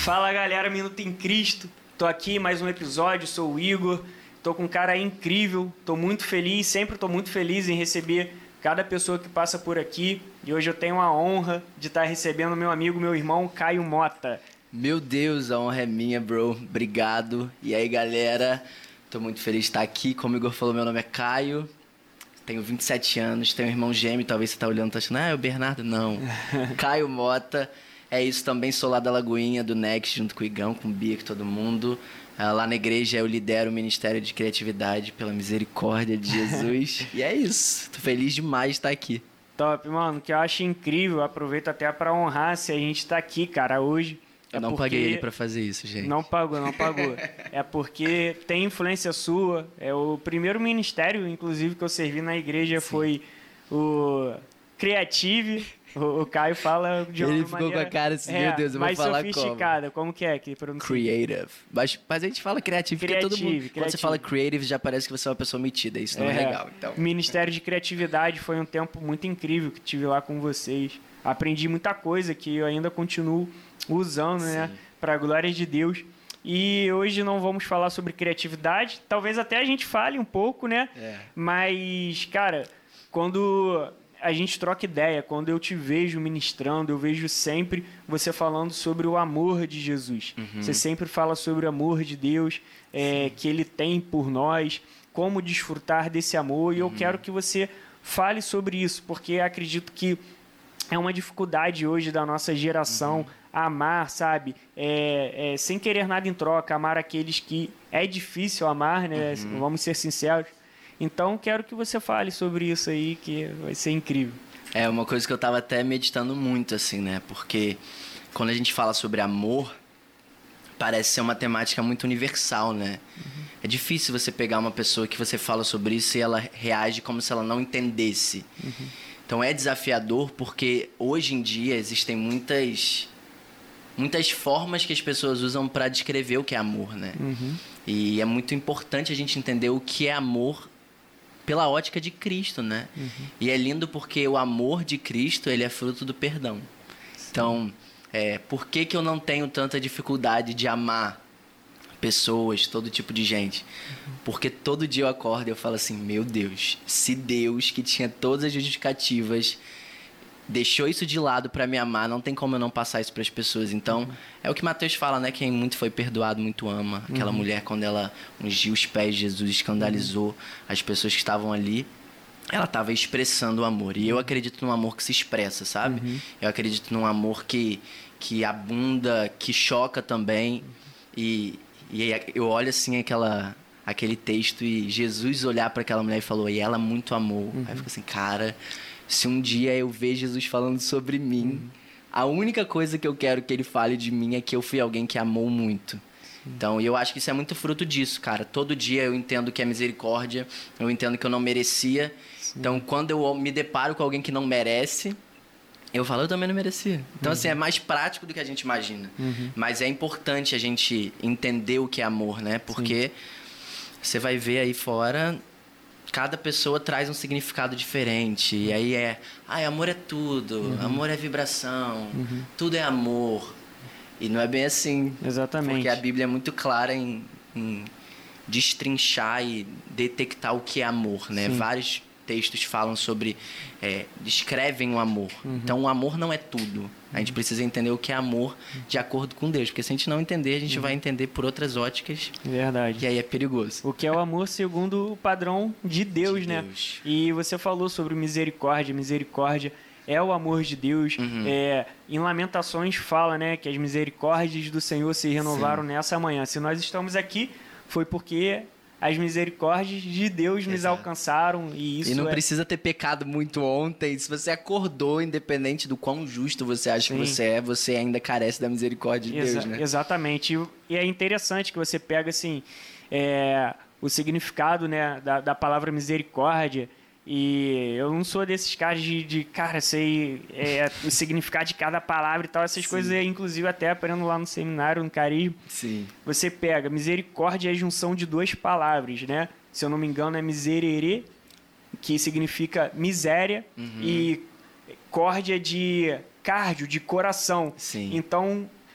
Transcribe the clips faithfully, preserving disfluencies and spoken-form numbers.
Fala galera, Minuto em Cristo. Tô aqui mais um episódio, sou o Igor. Tô com um cara incrível, tô muito feliz, sempre tô muito feliz em receber cada pessoa que passa por aqui. E hoje eu tenho a honra de estar recebendo meu amigo, meu irmão, Caio Mota. Meu Deus, a honra é minha, bro. Obrigado. E aí, galera? Tô muito feliz de estar aqui. Como o Igor falou, meu nome é Caio. Tenho vinte e sete anos, tenho um irmão gêmeo. Talvez você tá olhando e tá achando, ah, é o Bernardo. Não. Caio Mota. É isso, também sou lá da Lagoinha, do Next, junto com o Igão, com o Bia, com todo mundo. Uh, lá na igreja eu lidero o Ministério de Criatividade, pela misericórdia de Jesus. E é isso. Tô feliz demais de estar aqui. Top, mano. O que eu acho incrível, aproveito até pra honrar se a gente tá aqui, cara, hoje. Eu não porque... paguei ele pra fazer isso, gente. Não pagou, não pagou. É porque tem influência sua. É o primeiro ministério, inclusive, que eu servi na igreja. Sim. Foi o Creative. O, o Caio fala de uma Ele ficou maneira... com a cara assim, é, meu Deus, eu vou falar como. Mais sofisticada, como que é que pronuncia? Creative. Mas, mas a gente fala creative, porque todo mundo... Creative. Quando você fala creative, já parece que você é uma pessoa metida. Isso não é, é legal, então... Ministério de Criatividade foi um tempo muito incrível que tive lá com vocês. Aprendi muita coisa que eu ainda continuo usando, Sim. né? Para a glória de Deus. E hoje não vamos falar sobre criatividade. Talvez até a gente fale um pouco, né? É. Mas, cara, quando a gente troca ideia, quando eu te vejo ministrando, eu vejo sempre você falando sobre o amor de Jesus. Uhum. Você sempre fala sobre o amor de Deus, é, que Ele tem por nós, como desfrutar desse amor. E uhum. eu quero que você fale sobre isso, porque acredito que é uma dificuldade hoje da nossa geração, uhum. amar, sabe? É, é, sem querer nada em troca, amar aqueles que é difícil amar, né? Uhum. Vamos ser sinceros. Então, quero que você fale sobre isso aí, que vai ser incrível. É uma coisa que eu tava até meditando muito, assim, né? Porque quando a gente fala sobre amor, parece ser uma temática muito universal, né? Uhum. É difícil você pegar uma pessoa que você fala sobre isso e ela reage como se ela não entendesse. Uhum. Então, é desafiador porque hoje em dia existem muitas... muitas formas que as pessoas usam para descrever o que é amor, né? Uhum. E é muito importante a gente entender o que é amor pela ótica de Cristo, né? Uhum. E é lindo porque o amor de Cristo, ele é fruto do perdão. Sim. Então, é, por que que eu não tenho tanta dificuldade de amar pessoas, todo tipo de gente? Uhum. Porque todo dia eu acordo e eu falo assim, meu Deus, se Deus, que tinha todas as justificativas, deixou isso de lado pra me amar, não tem como eu não passar isso pras pessoas. Então, uhum. é o que Mateus fala, né? Quem muito foi perdoado, muito ama. Aquela uhum. mulher, quando ela ungiu os pés de Jesus, escandalizou uhum. as pessoas que estavam ali, ela estava expressando o amor. E eu acredito num amor que se expressa, sabe? Uhum. Eu acredito num amor que, que abunda, que choca também. E, e eu olho assim aquela... aquele texto e Jesus olhar para aquela mulher e falou, e ela muito amou. Uhum. Aí eu fico assim, cara... Se um dia eu ver Jesus falando sobre mim, uhum. a única coisa que eu quero que ele fale de mim é que eu fui alguém que amou muito. Sim. Então, eu acho que isso é muito fruto disso, cara. Todo dia eu entendo que é misericórdia, eu entendo que eu não merecia. Sim. Então, quando eu me deparo com alguém que não merece, eu falo, eu também não merecia. Então, uhum. assim, é mais prático do que a gente imagina. Uhum. Mas é importante a gente entender o que é amor, né? Porque Sim. você vai ver aí fora... Cada pessoa traz um significado diferente. E aí é... Ah, amor é tudo. Uhum. Amor é vibração. Uhum. Tudo é amor. E não é bem assim. Exatamente. Porque a Bíblia é muito clara em, em destrinchar e detectar o que é amor, né? Sim. Vários textos falam sobre... É, descrevem o amor. Uhum. Então, o amor não é tudo. A gente precisa entender o que é amor de acordo com Deus. Porque se a gente não entender, a gente uhum. vai entender por outras óticas. Verdade. E aí é perigoso. O que é o amor segundo o padrão de Deus, de né? Deus. E você falou sobre misericórdia. Misericórdia é o amor de Deus. Uhum. É, em Lamentações fala, né, que as misericórdias do Senhor se renovaram Sim. nessa manhã. Se nós estamos aqui, foi porque... as misericórdias de Deus nos Exato. alcançaram e isso E não é... precisa ter pecado muito ontem. Se você acordou, independente do quão justo você acha Sim. que você é, você ainda carece da misericórdia de Exa- Deus, né? Exatamente. E é interessante que você pega, assim, é, o significado, né, da, da palavra misericórdia. E eu não sou desses caras de, de cara, sei é, o significado de cada palavra e tal. Essas Sim. coisas, inclusive, até aprendo lá no seminário, no Carisma. Sim. Você pega, misericórdia é a junção de duas palavras, né? Se eu não me engano, é miserere, que significa miséria, uhum. e córdia de cardio, de coração. Sim. Então,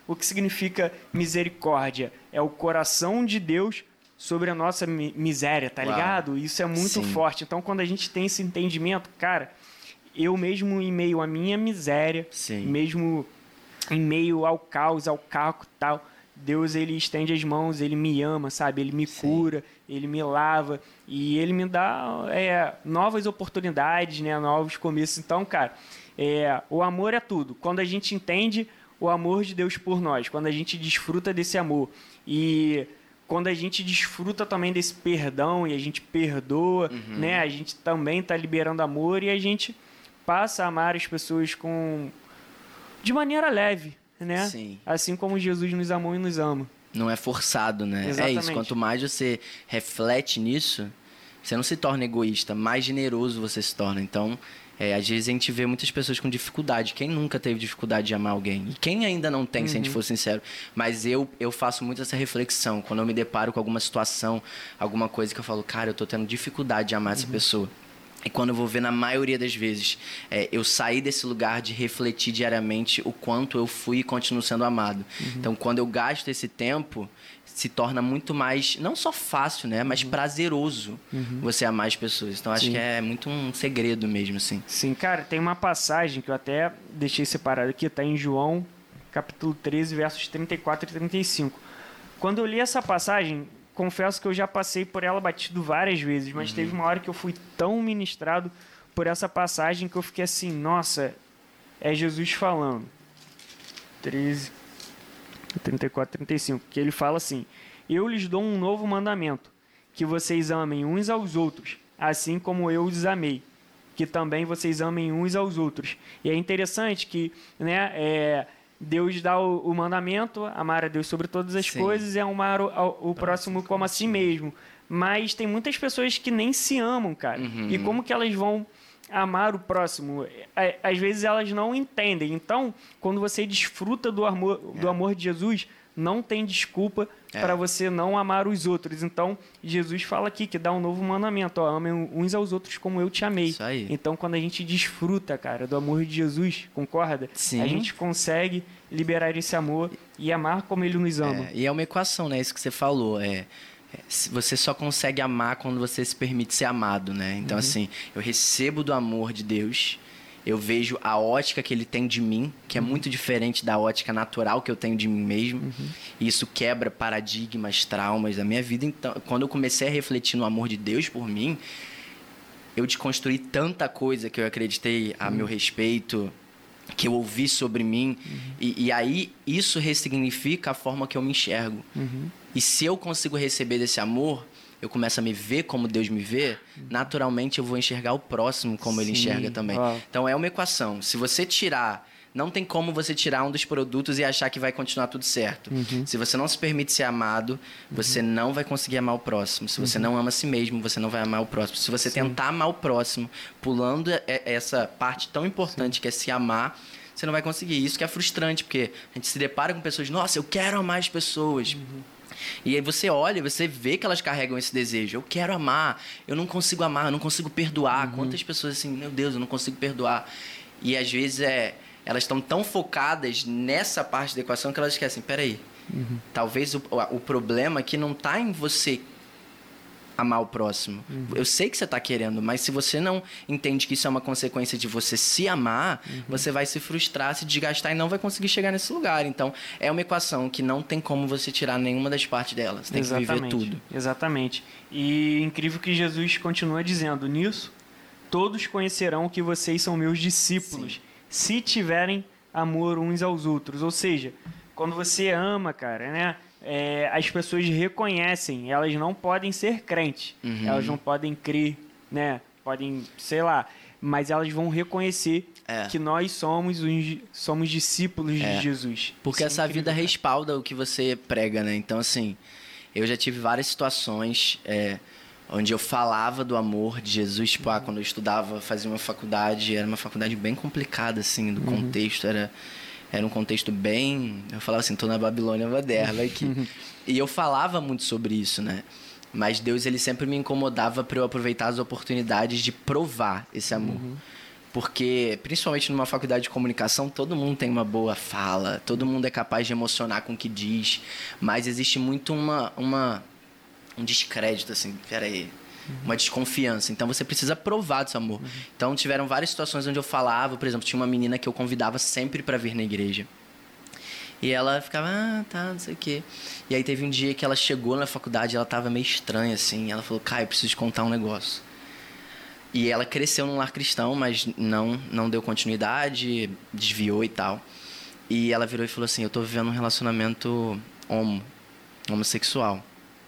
o que significa misericórdia? É o coração de Deus sobre a nossa mi- miséria, tá Uau. ligado? Isso é muito Sim. forte. Então, quando a gente tem esse entendimento, cara, eu mesmo em meio à minha miséria, Sim. mesmo em meio ao caos, ao caco e tal, Deus, ele estende as mãos, ele me ama, sabe? Ele me Sim. cura, ele me lava e ele me dá é, novas oportunidades, né? Novos começos. Então, cara, é, o amor é tudo. Quando a gente entende o amor de Deus por nós, quando a gente desfruta desse amor e quando a gente desfruta também desse perdão e a gente perdoa, Uhum. né? A gente também está liberando amor e a gente passa a amar as pessoas com de maneira leve, né? Sim. Assim como Jesus nos amou e nos ama. Não é forçado, né? É Exatamente. isso. Quanto mais você reflete nisso, você não se torna egoísta, mais generoso você se torna. Então, é, às vezes a gente vê muitas pessoas com dificuldade. Quem nunca teve dificuldade de amar alguém? E quem ainda não tem, Uhum. se a gente for sincero. Mas eu, eu faço muito essa reflexão. Quando eu me deparo com alguma situação, alguma coisa que eu falo, cara, eu tô tendo dificuldade de amar Uhum. essa pessoa. E quando eu vou ver, na maioria das vezes, é, eu saí desse lugar de refletir diariamente o quanto eu fui e continuo sendo amado. Uhum. Então, quando eu gasto esse tempo, se torna muito mais, não só fácil, né? Mas prazeroso você amar as pessoas. Então, acho Uhum. Sim. que é muito um segredo mesmo, assim. Sim, cara, tem uma passagem que eu até deixei separado aqui, tá em João, capítulo treze, versos trinta e quatro e trinta e cinco. Quando eu li essa passagem, confesso que eu já passei por ela batido várias vezes, mas teve uma hora que eu fui tão ministrado por essa passagem que eu fiquei assim, nossa, é Jesus falando. treze, trinta e quatro, trinta e cinco, que ele fala assim: eu lhes dou um novo mandamento, que vocês amem uns aos outros, assim como eu os amei, que também vocês amem uns aos outros. E é interessante que, né, é, Deus dá o, o mandamento, amar a Deus sobre todas as Sim. coisas e amar o, ao- o próximo como a si mesmo. Mas tem muitas pessoas que nem se amam, cara. Uhum. E como que elas vão amar o próximo? É, Às vezes elas não entendem. Então, quando você desfruta do amor, do amor de Jesus, não tem desculpa É. para você não amar os outros. Então, Jesus fala aqui que dá um novo mandamento, ó, amem uns aos outros como eu te amei. Isso aí. Então, quando a gente desfruta, cara, do amor de Jesus, concorda? Sim. A gente consegue liberar esse amor e amar como ele nos ama. É, e é uma equação, né? Isso que você falou. É, é, se- você só consegue amar quando você se permite ser amado, né? Então, assim, eu recebo do amor de Deus, eu vejo a ótica que ele tem de mim, que é muito diferente da ótica natural que eu tenho de mim mesmo. E isso quebra paradigmas, traumas da minha vida. Então, quando eu comecei a refletir no amor de Deus por mim, eu desconstruí tanta coisa que eu acreditei a meu respeito, que eu ouvi sobre mim. E, e aí, isso ressignifica a forma que eu me enxergo. E se eu consigo receber desse amor, eu começo a me ver como Deus me vê, naturalmente eu vou enxergar o próximo como ele Sim, enxerga também. ó. Então, é uma equação. Se você tirar... Não tem como você tirar um dos produtos e achar que vai continuar tudo certo. Se você não se permite ser amado, você não vai conseguir amar o próximo. Se você não ama a si mesmo, você não vai amar o próximo. Se você tentar amar o próximo, pulando e- essa parte tão importante que é se amar, você não vai conseguir. Isso que é frustrante, porque a gente se depara com pessoas, nossa, eu quero amar as pessoas. E aí você olha, você vê que elas carregam esse desejo. Eu quero amar, eu não consigo amar, eu não consigo perdoar. Quantas pessoas assim, meu Deus, eu não consigo perdoar. E às vezes é, elas estão tão focadas nessa parte da equação que elas esquecem, peraí, talvez o, o problema aqui não está em você amar o próximo. Eu sei que você está querendo, mas se você não entende que isso é uma consequência de você se amar, você vai se frustrar, se desgastar e não vai conseguir chegar nesse lugar. Então, é uma equação que não tem como você tirar nenhuma das partes dela. Você tem que viver tudo. Exatamente. E incrível que Jesus continua dizendo, nisso, todos conhecerão que vocês são meus discípulos, Sim. se tiverem amor uns aos outros. Ou seja, quando você ama, cara, né? É, as pessoas reconhecem, elas não podem ser crentes, Uhum. elas não podem crer, né? Podem, sei lá, mas elas vão reconhecer É. que nós somos os, somos discípulos É. de Jesus. Porque Isso é essa incrível, vida cara. respalda o que você prega, né? Então, assim, eu já tive várias situações é, onde eu falava do amor de Jesus. Tipo, ah, quando eu estudava, fazia uma faculdade, era uma faculdade bem complicada, assim, do contexto. Era, era um contexto bem... Eu falava assim, tô na Babilônia moderna aqui. E eu falava muito sobre isso, né? Mas Deus, ele sempre me incomodava para eu aproveitar as oportunidades de provar esse amor. Porque, principalmente numa faculdade de comunicação, todo mundo tem uma boa fala, todo mundo é capaz de emocionar com o que diz, mas existe muito uma, uma, um descrédito, assim, peraí, uhum. uma desconfiança. Então, você precisa provar desse amor. Uhum. Então, tiveram várias situações onde eu falava, por exemplo, tinha uma menina que eu convidava sempre para vir na igreja. E ela ficava, ah, tá, não sei o quê. E aí teve um dia que ela chegou na faculdade, ela tava meio estranha, assim. Ela falou, Caio, eu preciso te contar um negócio. E ela cresceu num lar cristão, mas não, não deu continuidade, desviou e tal. E ela virou e falou assim, eu tô vivendo um relacionamento homo, homossexual.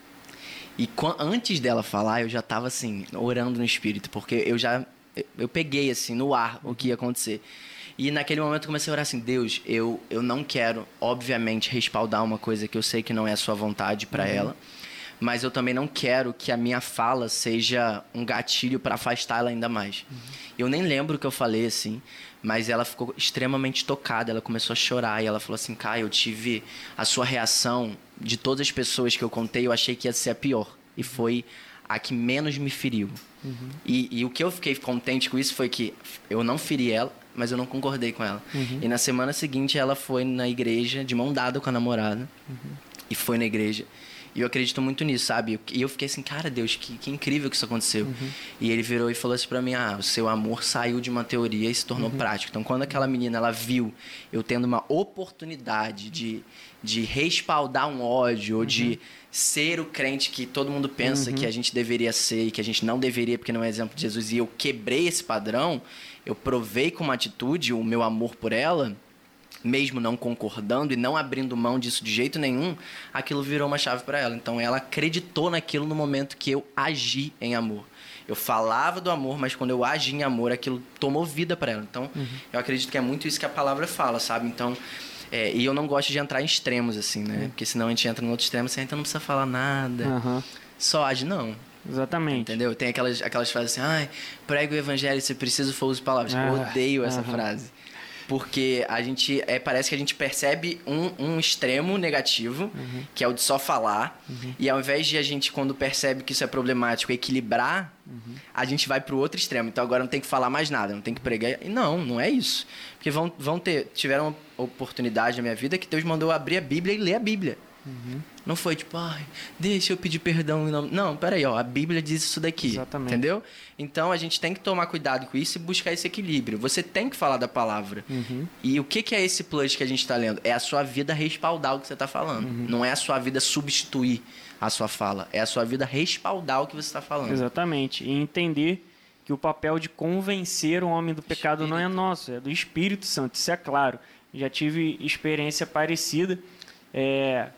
E antes dela falar, eu já tava, assim, orando no espírito. Porque eu já, eu peguei, assim, no ar o que ia acontecer. E naquele momento eu comecei a orar assim, Deus, eu, eu não quero, obviamente, respaldar uma coisa que eu sei que não é a sua vontade para uhum. ela, mas eu também não quero que a minha fala seja um gatilho para afastá-la ainda mais. Uhum. Eu nem lembro o que eu falei, assim, mas ela ficou extremamente tocada, ela começou a chorar e ela falou assim, Caio, eu tive a sua reação de todas as pessoas que eu contei, eu achei que ia ser a pior. E foi a que menos me feriu. Uhum. E, e o que eu fiquei contente com isso foi que eu não feri ela, mas eu não concordei com ela. Uhum. E na semana seguinte ela foi na igreja, de mão dada com a namorada, uhum. e foi na igreja. E eu acredito muito nisso, sabe? E eu fiquei assim, cara, Deus, que, que incrível que isso aconteceu. Uhum. E ele virou e falou assim pra mim, ah, o seu amor saiu de uma teoria e se tornou uhum. prático. Então, quando aquela menina, ela viu eu tendo uma oportunidade de, de respaldar um ódio, uhum. ou de ser o crente que todo mundo pensa uhum. que a gente deveria ser e que a gente não deveria porque não é exemplo de Jesus, e eu quebrei esse padrão, eu provei com uma atitude o meu amor por ela, mesmo não concordando e não abrindo mão disso de jeito nenhum, aquilo virou uma chave para ela. Então ela acreditou naquilo no momento que eu agi em amor. Eu falava do amor, mas quando eu agi em amor, aquilo tomou vida para ela. Então uhum. eu acredito que é muito isso que a palavra fala, sabe? Então, é, e eu não gosto de entrar em extremos, assim, né? Uhum. Porque senão a gente entra no outro extremo, assim, então não precisa falar nada. Uhum. Só age, não. Exatamente. Entendeu? Tem aquelas, aquelas frases assim, ai, prega o evangelho, se preciso for use palavras. Ah, eu odeio essa uhum. frase. Porque a gente, é, parece que a gente percebe um, um extremo negativo, uhum. que é o de só falar. Uhum. E ao invés de a gente, quando percebe que isso é problemático, equilibrar, uhum. a gente vai pro outro extremo. Então agora não tem que falar mais nada, não tem que pregar. E não, não é isso. Porque vão, vão ter, tiveram uma oportunidade na minha vida que Deus mandou eu abrir a Bíblia e ler a Bíblia. Uhum. Não foi tipo, ai, deixa eu pedir perdão. Não, não, peraí, ó, a Bíblia diz isso daqui. Exatamente. Entendeu? Então a gente tem que tomar cuidado com isso e buscar esse equilíbrio. Você tem que falar da palavra. Uhum. E o que, que é esse plus que a gente está lendo? É a sua vida respaldar o que você está falando. Uhum. Não é a sua vida substituir a sua fala. É a sua vida respaldar o que você está falando. Exatamente. E entender que o papel de convencer o homem do pecado Espírito. Não é nosso, é do Espírito Santo. Isso é claro. Já tive experiência parecida. É...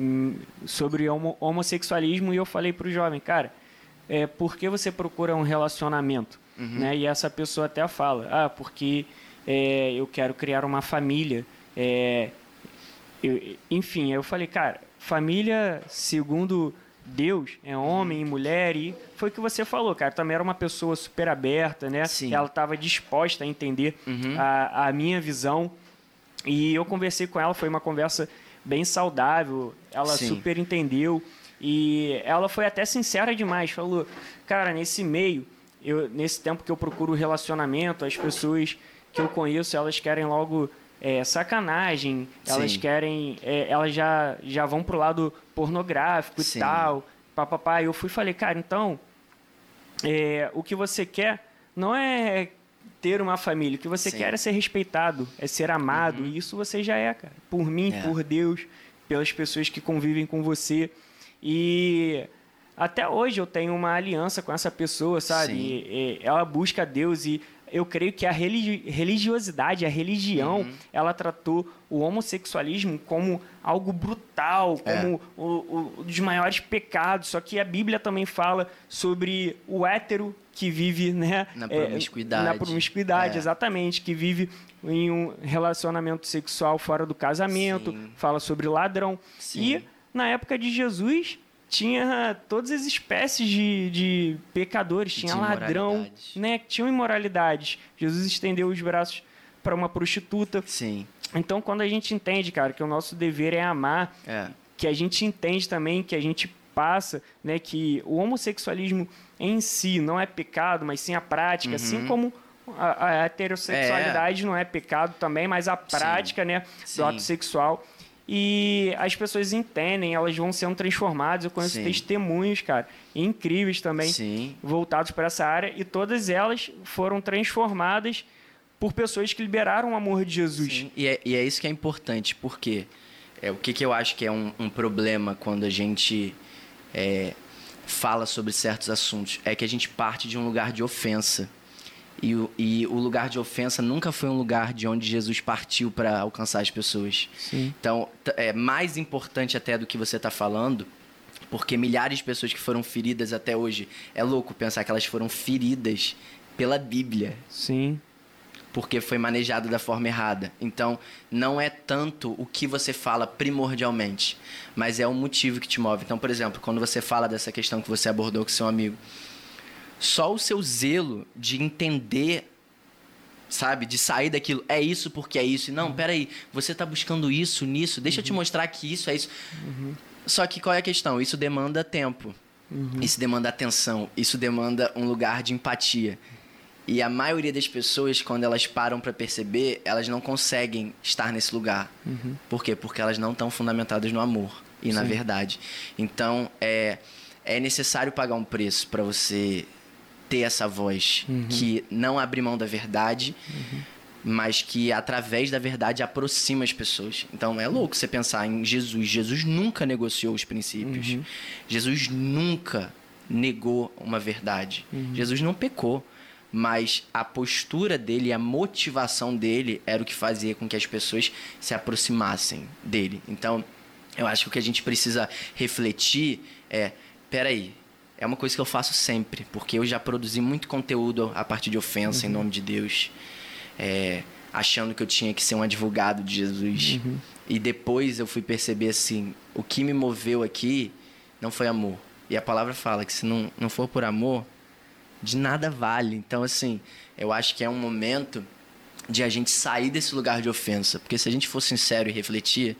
sobre homo- homossexualismo, e eu falei pro jovem, cara, é, por que você procura um relacionamento? Uhum. Né? E essa pessoa até fala, ah, porque é, eu quero criar uma família. É, eu, enfim, eu falei, cara, família, segundo Deus, é homem e mulher, e foi o que você falou, cara, também era uma pessoa super aberta, né? Sim. Ela estava disposta a entender uhum. a, a minha visão, e eu conversei com ela, foi uma conversa bem saudável, ela Sim. super entendeu e ela foi até sincera demais, falou, cara, nesse meio, eu, nesse tempo que eu procuro relacionamento, as pessoas que eu conheço, elas querem logo é, sacanagem, elas Sim. querem, é, elas já, já vão pro lado pornográfico Sim. e tal, papapá. Eu fui e falei, cara, então, é, o que você quer não é ter uma família, o que você Sim. quer é ser respeitado, é ser amado, uhum. e isso você já é, cara, por mim, é. por Deus, pelas pessoas que convivem com você, e até hoje eu tenho uma aliança com essa pessoa, sabe, e, e ela busca Deus, e eu creio que a religi- religiosidade, a religião, uhum. ela tratou o homossexualismo como algo brutal, como é. o, o, um dos maiores pecados, só que a Bíblia também fala sobre o hétero que vive, né, na promiscuidade, é, na promiscuidade é. exatamente, que vive em um relacionamento sexual fora do casamento, Sim. fala sobre ladrão. Sim. E na época de Jesus tinha todas as espécies de, de pecadores, tinha de ladrão, né, que tinham imoralidades. Jesus estendeu os braços para uma prostituta. Sim. Então, quando a gente entende, cara, que o nosso dever é amar, é. que a gente entende também que a gente passa, né, que o homossexualismo em si não é pecado, mas sim a prática, uhum. assim como a, a heterossexualidade é. não é pecado também, mas a prática, Sim. né, do Sim. ato sexual. E as pessoas entendem, elas vão sendo transformadas. Eu conheço Sim. testemunhos, cara, incríveis também, Sim. voltados para essa área. E todas elas foram transformadas por pessoas que liberaram o amor de Jesus. Sim. E, é, e é isso que é importante, porque é, o que, que eu acho que é um, um problema quando a gente é, fala sobre certos assuntos, é que a gente parte de um lugar de ofensa. E o, e o lugar de ofensa nunca foi um lugar de onde Jesus partiu para alcançar as pessoas. Sim. Então, é mais importante até do que você está falando, porque milhares de pessoas que foram feridas até hoje, é louco pensar que elas foram feridas pela Bíblia. Sim. Porque foi manejado da forma errada. Então, não é tanto o que você fala primordialmente, mas é o motivo que te move. Então, por exemplo, quando você fala dessa questão que você abordou com seu amigo, só o seu zelo de entender, sabe, de sair daquilo, é isso porque é isso. E não, peraí, você está buscando isso, nisso, deixa uhum. eu te mostrar que isso é isso. Uhum. Só que qual é a questão? Isso demanda tempo, uhum. isso demanda atenção, isso demanda um lugar de empatia. E a maioria das pessoas, quando elas param para perceber, elas não conseguem estar nesse lugar. Uhum. Por quê? Porque elas não estão fundamentadas no amor e Sim. na verdade. Então, é, é necessário pagar um preço para você ter essa voz uhum. que não abre mão da verdade, uhum. mas que através da verdade aproxima as pessoas. Então é louco você pensar em Jesus. Jesus nunca negociou os princípios. Uhum. Jesus nunca negou uma verdade. Uhum. Jesus não pecou, mas a postura dele, a motivação dele era o que fazia com que as pessoas se aproximassem dele. Então eu acho que o que a gente precisa refletir é, peraí, é uma coisa que eu faço sempre, porque eu já produzi muito conteúdo a partir de ofensa uhum. em nome de Deus, é, achando que eu tinha que ser um advogado de Jesus. Uhum. E depois eu fui perceber assim, o que me moveu aqui não foi amor. E a palavra fala que se não, não for por amor, de nada vale. Então, assim, eu acho que é um momento de a gente sair desse lugar de ofensa. Porque se a gente for sincero e refletir,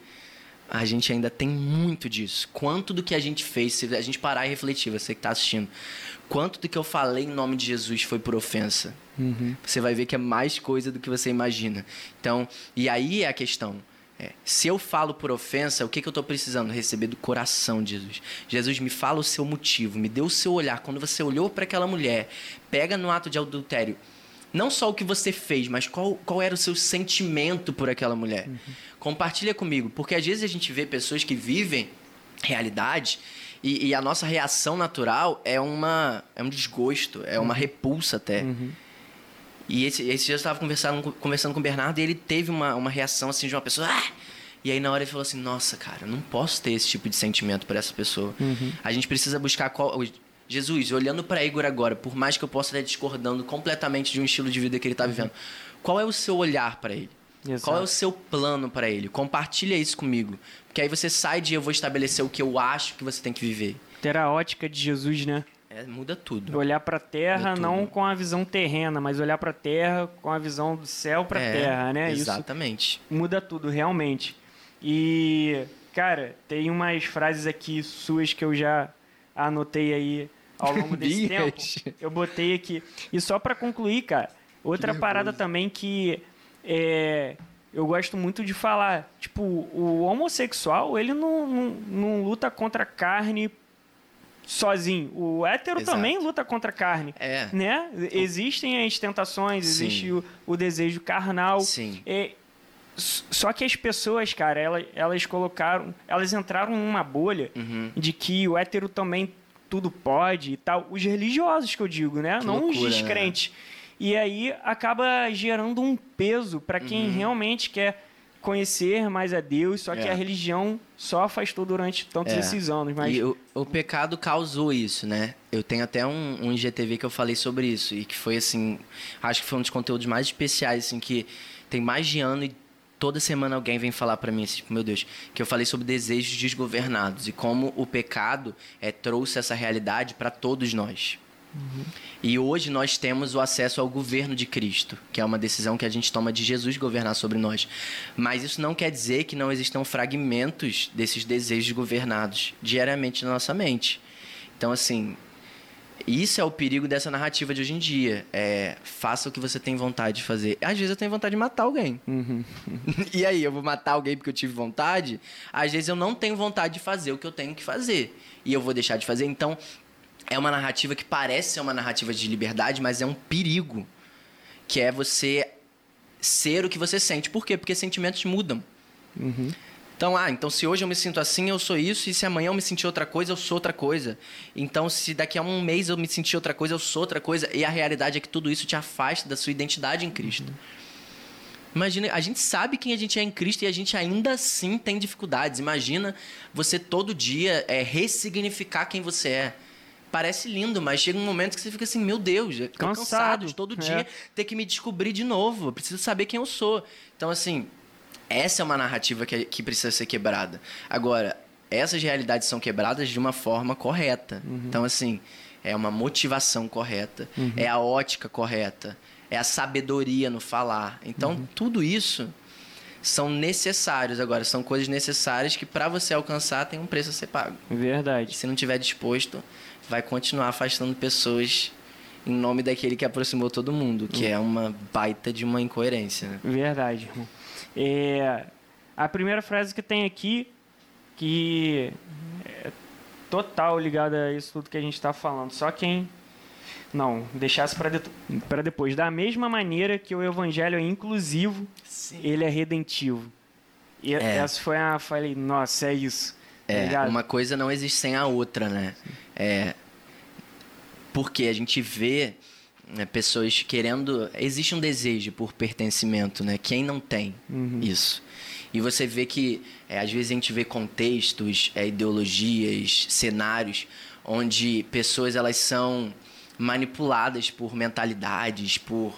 a gente ainda tem muito disso. Quanto do que a gente fez, se a gente parar e refletir, você que está assistindo, quanto do que eu falei em nome de Jesus foi por ofensa? Uhum. Você vai ver que é mais coisa do que você imagina. Então, e aí é a questão. É, se eu falo por ofensa, o que, que eu estou precisando? Receber do coração de Jesus. Jesus, me fala o seu motivo, me dê o seu olhar. Quando você olhou para aquela mulher, pega no ato de adultério, não só o que você fez, mas qual, qual era o seu sentimento por aquela mulher. Uhum. Compartilha comigo, porque às vezes a gente vê pessoas que vivem realidade e, e a nossa reação natural é, uma, é um desgosto, é uma repulsa até. Uhum. E esse, esse dia eu estava conversando, conversando com o Bernardo e ele teve uma, uma reação assim de uma pessoa... Ah! E aí na hora ele falou assim, nossa, cara, eu não posso ter esse tipo de sentimento por essa pessoa. Uhum. A gente precisa buscar... Qual, Jesus, olhando para Igor agora, por mais que eu possa estar discordando completamente de um estilo de vida que ele está vivendo, qual é o seu olhar para ele? Exato. Qual é o seu plano para ele? Compartilha isso comigo. Porque aí você sai de eu vou estabelecer o que eu acho que você tem que viver. Ter a ótica de Jesus, né? É, muda tudo. Olhar para a terra não com a visão terrena, mas olhar para a terra com a visão do céu para a é, terra, né? Exatamente. Isso muda tudo, realmente. E, cara, tem umas frases aqui suas que eu já anotei aí ao longo desse tempo. Eu botei aqui. E só para concluir, cara, outra parada também que é, eu gosto muito de falar. Tipo, o homossexual, ele não, não, não luta contra a carne sozinho. O hétero Exato. Também luta contra a carne. É. Né? Existem as tentações, Sim. existe o, o desejo carnal. Sim. É, só que as pessoas, cara, elas, elas colocaram... Elas entraram numa bolha uhum. de que o hétero também tudo pode e tal. Os religiosos que eu digo, né? Que Não loucura, os descrentes. Né? E aí acaba gerando um peso para quem uhum. realmente quer conhecer mais a Deus, só que é. a religião só afastou durante tantos é. esses anos. Mas... E o, o pecado causou isso, né? Eu tenho até um, um I G T V que eu falei sobre isso e que foi, assim, acho que foi um dos conteúdos mais especiais, assim, que tem mais de ano e toda semana alguém vem falar pra mim, assim, tipo, meu Deus, que eu falei sobre desejos desgovernados e como o pecado é, trouxe essa realidade para todos nós. Uhum. E hoje nós temos o acesso ao governo de Cristo, que é uma decisão que a gente toma de Jesus governar sobre nós. Mas isso não quer dizer que não existam fragmentos desses desejos governados diariamente na nossa mente. Então, assim, Isso é o perigo dessa narrativa de hoje em dia. É, faça o que você tem vontade de fazer. Às vezes eu tenho vontade de matar alguém. Uhum. E aí, eu vou matar alguém porque eu tive vontade? Às vezes eu não tenho vontade de fazer o que eu tenho que fazer. E eu vou deixar de fazer. Então, é uma narrativa que parece ser uma narrativa de liberdade, mas é um perigo. Que é você ser o que você sente. Por quê? Porque sentimentos mudam. Uhum. Então, ah, então se hoje eu me sinto assim, eu sou isso, e se amanhã eu me sentir outra coisa, eu sou outra coisa. Então, se daqui a um mês eu me sentir outra coisa, eu sou outra coisa. E a realidade é que tudo isso te afasta da sua identidade em Cristo. Uhum. Imagina, a gente sabe quem a gente é em Cristo e a gente ainda assim tem dificuldades. Imagina você todo dia é, ressignificar quem você é. Parece lindo, mas chega um momento que você fica assim, meu Deus, eu tô cansado, cansado de todo dia é. ter que me descobrir de novo. Eu preciso saber quem eu sou. Então, assim... Essa é uma narrativa que, que precisa ser quebrada. Agora, essas realidades são quebradas de uma forma correta. Uhum. Então, assim, é uma motivação correta, uhum. é a ótica correta, é a sabedoria no falar. Então, uhum. tudo isso são necessários. Agora, são coisas necessárias que, para você alcançar, tem um preço a ser pago. Verdade. E se não estiver disposto, vai continuar afastando pessoas em nome daquele que aproximou todo mundo, que uhum. é uma baita de uma incoerência. Né? Verdade, irmão. É, a primeira frase que tem aqui, que é total ligada a isso tudo que a gente está falando, só quem não deixasse para de, para depois. Da mesma maneira que o evangelho é inclusivo, Sim. ele é redentivo. E é. essa foi a... Falei, nossa, é isso. É, tá uma coisa não existe sem a outra, né? É, porque a gente vê... Né, pessoas querendo... Existe um desejo por pertencimento, né? Quem não tem uhum. isso? E você vê que, é, às vezes, a gente vê contextos, é, ideologias, cenários, onde pessoas elas são manipuladas por mentalidades, por,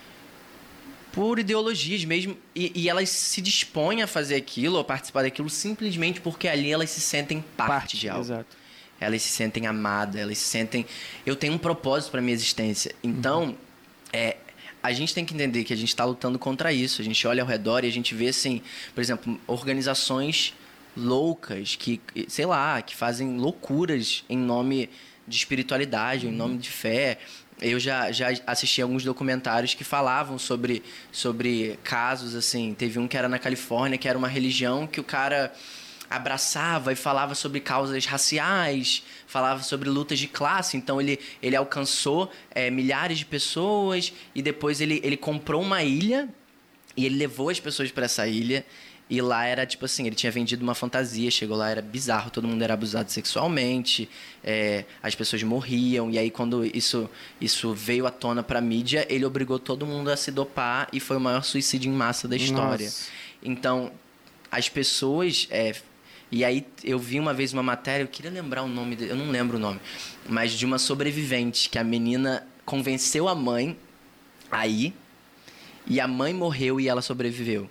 por ideologias mesmo, e, e elas se dispõem a fazer aquilo, ou participar daquilo, simplesmente porque ali elas se sentem parte, parte de algo. Exato. Elas se sentem amadas, elas se sentem... Eu tenho um propósito para minha existência. Então, uhum. é, a gente tem que entender que a gente está lutando contra isso. A gente olha ao redor e a gente vê, assim, por exemplo, organizações loucas que, sei lá, que fazem loucuras em nome de espiritualidade, uhum. em nome de fé. Eu já, já assisti alguns documentários que falavam sobre, sobre casos, assim. Teve um que era na Califórnia, que era uma religião que o cara... abraçava e falava sobre causas raciais, falava sobre lutas de classe. Então, ele, ele alcançou é, milhares de pessoas e depois ele, ele comprou uma ilha e ele levou as pessoas para essa ilha. E lá era, tipo assim, ele tinha vendido uma fantasia, chegou lá, era bizarro, todo mundo era abusado sexualmente, é, as pessoas morriam. E aí, quando isso, isso veio à tona para a mídia, ele obrigou todo mundo a se dopar e foi o maior suicídio em massa da história. Nossa. Então, as pessoas... É, E aí eu vi uma vez uma matéria, eu queria lembrar o nome, eu não lembro o nome, mas de uma sobrevivente, que a menina convenceu a mãe a ir, e a mãe morreu e ela sobreviveu.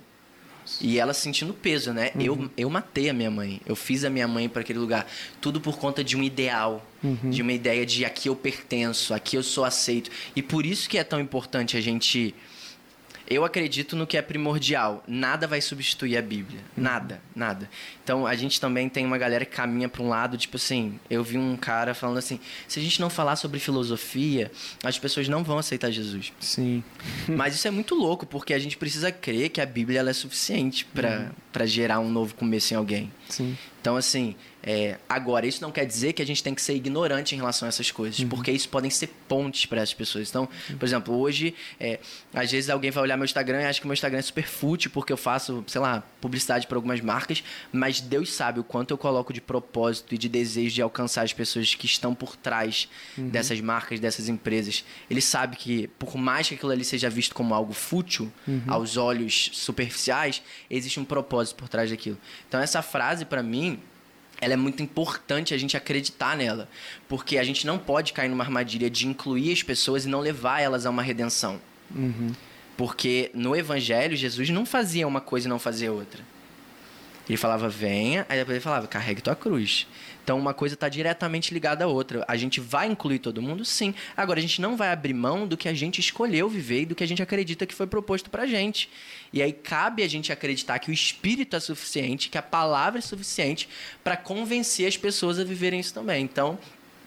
E ela sentindo peso, né? Uhum. Eu, eu matei a minha mãe, eu fiz a minha mãe para aquele lugar. Tudo por conta de um ideal, uhum. de uma ideia de aqui eu pertenço, aqui eu sou aceito. E por isso que é tão importante a gente... Eu acredito no que é primordial. Nada vai substituir a Bíblia. Nada, nada. Então, a gente também tem uma galera que caminha para um lado, tipo assim... Eu vi um cara falando assim... Se a gente não falar sobre filosofia, as pessoas não vão aceitar Jesus. Sim. Mas isso é muito louco, porque a gente precisa crer que a Bíblia ela é suficiente para uhum. para gerar um novo começo em alguém. Sim. Então, assim... É, agora, isso não quer dizer que a gente tem que ser ignorante em relação a essas coisas, uhum. porque isso podem ser pontes para essas pessoas. Então, uhum. por exemplo, hoje, é, às vezes alguém vai olhar meu Instagram e acha que meu Instagram é super fútil porque eu faço, sei lá, publicidade para algumas marcas, mas Deus sabe o quanto eu coloco de propósito e de desejo de alcançar as pessoas que estão por trás uhum. dessas marcas, dessas empresas. Ele sabe que, por mais que aquilo ali seja visto como algo fútil, uhum. aos olhos superficiais, existe um propósito por trás daquilo. Então, essa frase, para mim... ela é muito importante a gente acreditar nela, porque a gente não pode cair numa armadilha de incluir as pessoas e não levar elas a uma redenção. Uhum. Porque no Evangelho, Jesus não fazia uma coisa e não fazia outra. Ele falava, venha, aí depois ele falava, carregue tua cruz. Então, uma coisa está diretamente ligada à outra. A gente vai incluir todo mundo? Sim. Agora, a gente não vai abrir mão do que a gente escolheu viver e do que a gente acredita que foi proposto pra gente. E aí, cabe a gente acreditar que o Espírito é suficiente, que a palavra é suficiente para convencer as pessoas a viverem isso também. Então,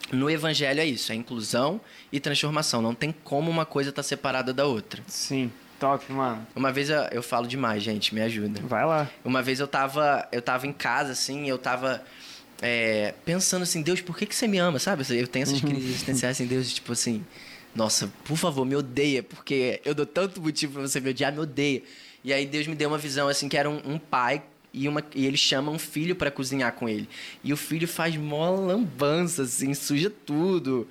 no evangelho é isso, é inclusão e transformação. Não tem como uma coisa estar separada da outra. Sim, top, mano. Uma vez eu, eu falo demais, gente, me ajuda. Vai lá. Uma vez eu tava, eu tava em casa, assim, eu tava é, pensando assim, Deus, por que, que você me ama, sabe? Eu tenho essas crises existenciais assim, Deus, tipo assim, nossa, por favor, me odeia, porque eu dou tanto motivo pra você me odiar, me odeia. E aí Deus me deu uma visão, assim, que era um, um pai e, uma, e ele chama um filho pra cozinhar com ele. E o filho faz mó lambança, assim, suja tudo.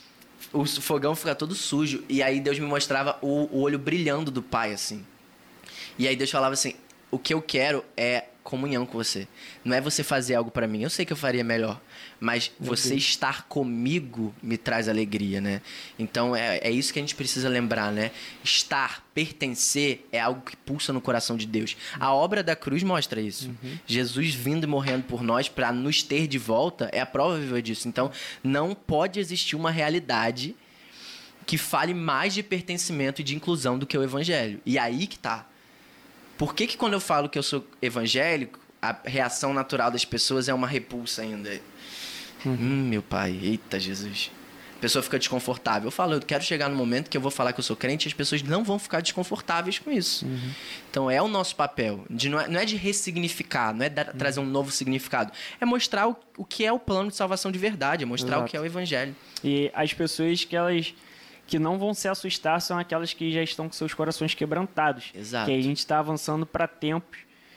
O fogão fica todo sujo. E aí Deus me mostrava o, o olho brilhando do pai, assim. E aí Deus falava assim, o que eu quero é comunhão com você. Não é você fazer algo pra mim. Eu sei que eu faria melhor. Mas você estar comigo me traz alegria, né? Então, é, é isso que a gente precisa lembrar, né? Estar, pertencer, é algo que pulsa no coração de Deus. A obra da cruz mostra isso. Uhum. Jesus vindo e morrendo por nós para nos ter de volta é a prova viva disso. Então, não pode existir uma realidade que fale mais de pertencimento e de inclusão do que o evangelho. E aí que tá. Por que que quando eu falo que eu sou evangélico, a reação natural das pessoas é uma repulsa ainda? Uhum. Hum, meu pai, eita Jesus. A pessoa fica desconfortável. Eu falo, eu quero chegar no momento que eu vou falar que eu sou crente e as pessoas não vão ficar desconfortáveis com isso. Uhum. Então é o nosso papel. De, não, é, não é de ressignificar, não é dar, uhum. trazer um novo significado. É mostrar o, o que é o plano de salvação de verdade, é mostrar Exato. O que é o evangelho. E as pessoas que elas... que não vão se assustar são aquelas que já estão com seus corações quebrantados. Exato. Que a gente está avançando para tempos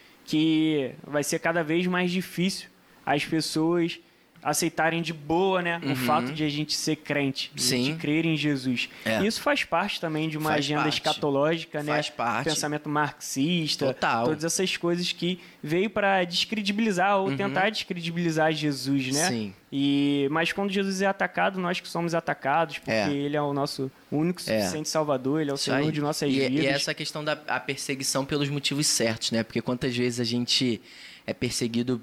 que vai ser cada vez mais difícil as pessoas aceitarem de boa, né, uhum. o fato de a gente ser crente, Sim. de crer em Jesus. É. Isso faz parte também de uma faz agenda parte. escatológica, né? Faz parte. Pensamento marxista, Total. todas essas coisas que veio para descredibilizar ou uhum. tentar descredibilizar Jesus, né? Sim. E mas quando Jesus é atacado, nós que somos atacados, porque é. ele é o nosso único suficiente é. Salvador, ele é o Isso Senhor aí. de nossas e, vidas. E essa questão da a perseguição pelos motivos certos, né? Porque quantas vezes a gente é perseguido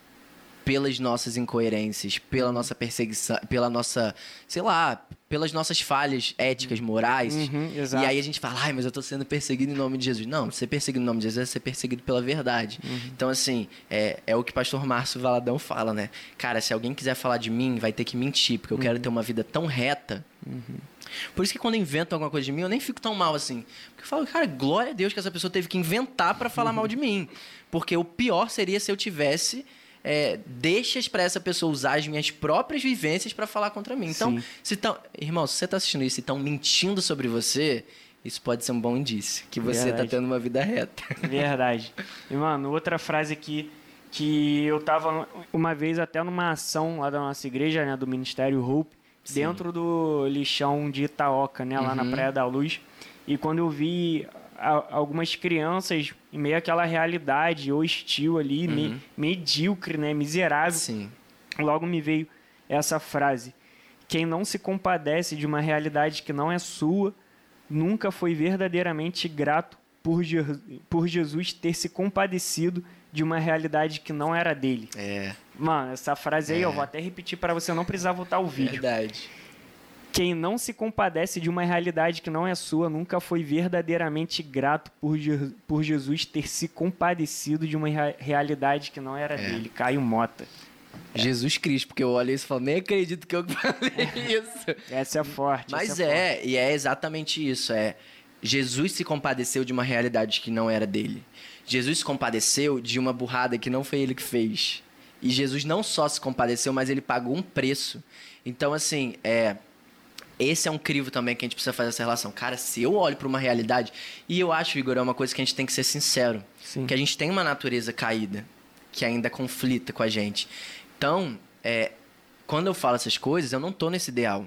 pelas nossas incoerências, pela nossa perseguição, pela nossa, sei lá, pelas nossas falhas éticas, morais. Uhum, exato. E aí a gente fala, ai, mas eu tô sendo perseguido em nome de Jesus. Não, ser perseguido em nome de Jesus é ser perseguido pela verdade. Uhum. Então, assim, é, é o que o pastor Márcio Valadão fala, né? Cara, se alguém quiser falar de mim, vai ter que mentir, porque eu uhum. quero ter uma vida tão reta. Uhum. Por isso que quando inventam alguma coisa de mim, eu nem fico tão mal assim. Porque eu falo, cara, glória a Deus que essa pessoa teve que inventar pra falar uhum. mal de mim. Porque o pior seria se eu tivesse... É, deixas para essa pessoa usar as minhas próprias vivências para falar contra mim. Então, se tão, irmão, se você tá assistindo isso e estão mentindo sobre você, isso pode ser um bom indício, que você Verdade. Tá tendo uma vida reta. Verdade. E, mano, outra frase aqui, que eu tava uma vez até numa ação lá da nossa igreja, né, do Ministério Hope, Sim. dentro do lixão de Itaoca, né, lá uhum. na Praia da Luz, e quando eu vi algumas crianças em meio àquela realidade hostil ali, uhum. me, medíocre, né, miserável. Sim. Logo me veio essa frase: quem não se compadece de uma realidade que não é sua, nunca foi verdadeiramente grato por, Je- por Jesus ter se compadecido de uma realidade que não era dele. É. Mano, essa frase aí é. eu vou até repetir para você não precisar voltar o vídeo. Verdade. Quem não se compadece de uma realidade que não é sua, nunca foi verdadeiramente grato por, Je- por Jesus ter se compadecido de uma rea- realidade que não era é. dele. Caio Mota. É. Jesus Cristo, porque eu olho isso e falo, nem acredito que eu falei isso. Essa é forte. Mas é, é, forte. e é exatamente isso. É, Jesus se compadeceu de uma realidade que não era dele. Jesus se compadeceu de uma burrada que não foi ele que fez. E Jesus não só se compadeceu, mas ele pagou um preço. Então, assim, é... esse é um crivo também que a gente precisa fazer essa relação. Cara, se eu olho para uma realidade... E eu acho, Igor, é uma coisa que a gente tem que ser sincero. Sim. Que a gente tem uma natureza caída, que ainda conflita com a gente. Então, é, quando eu falo essas coisas, eu não tô nesse ideal.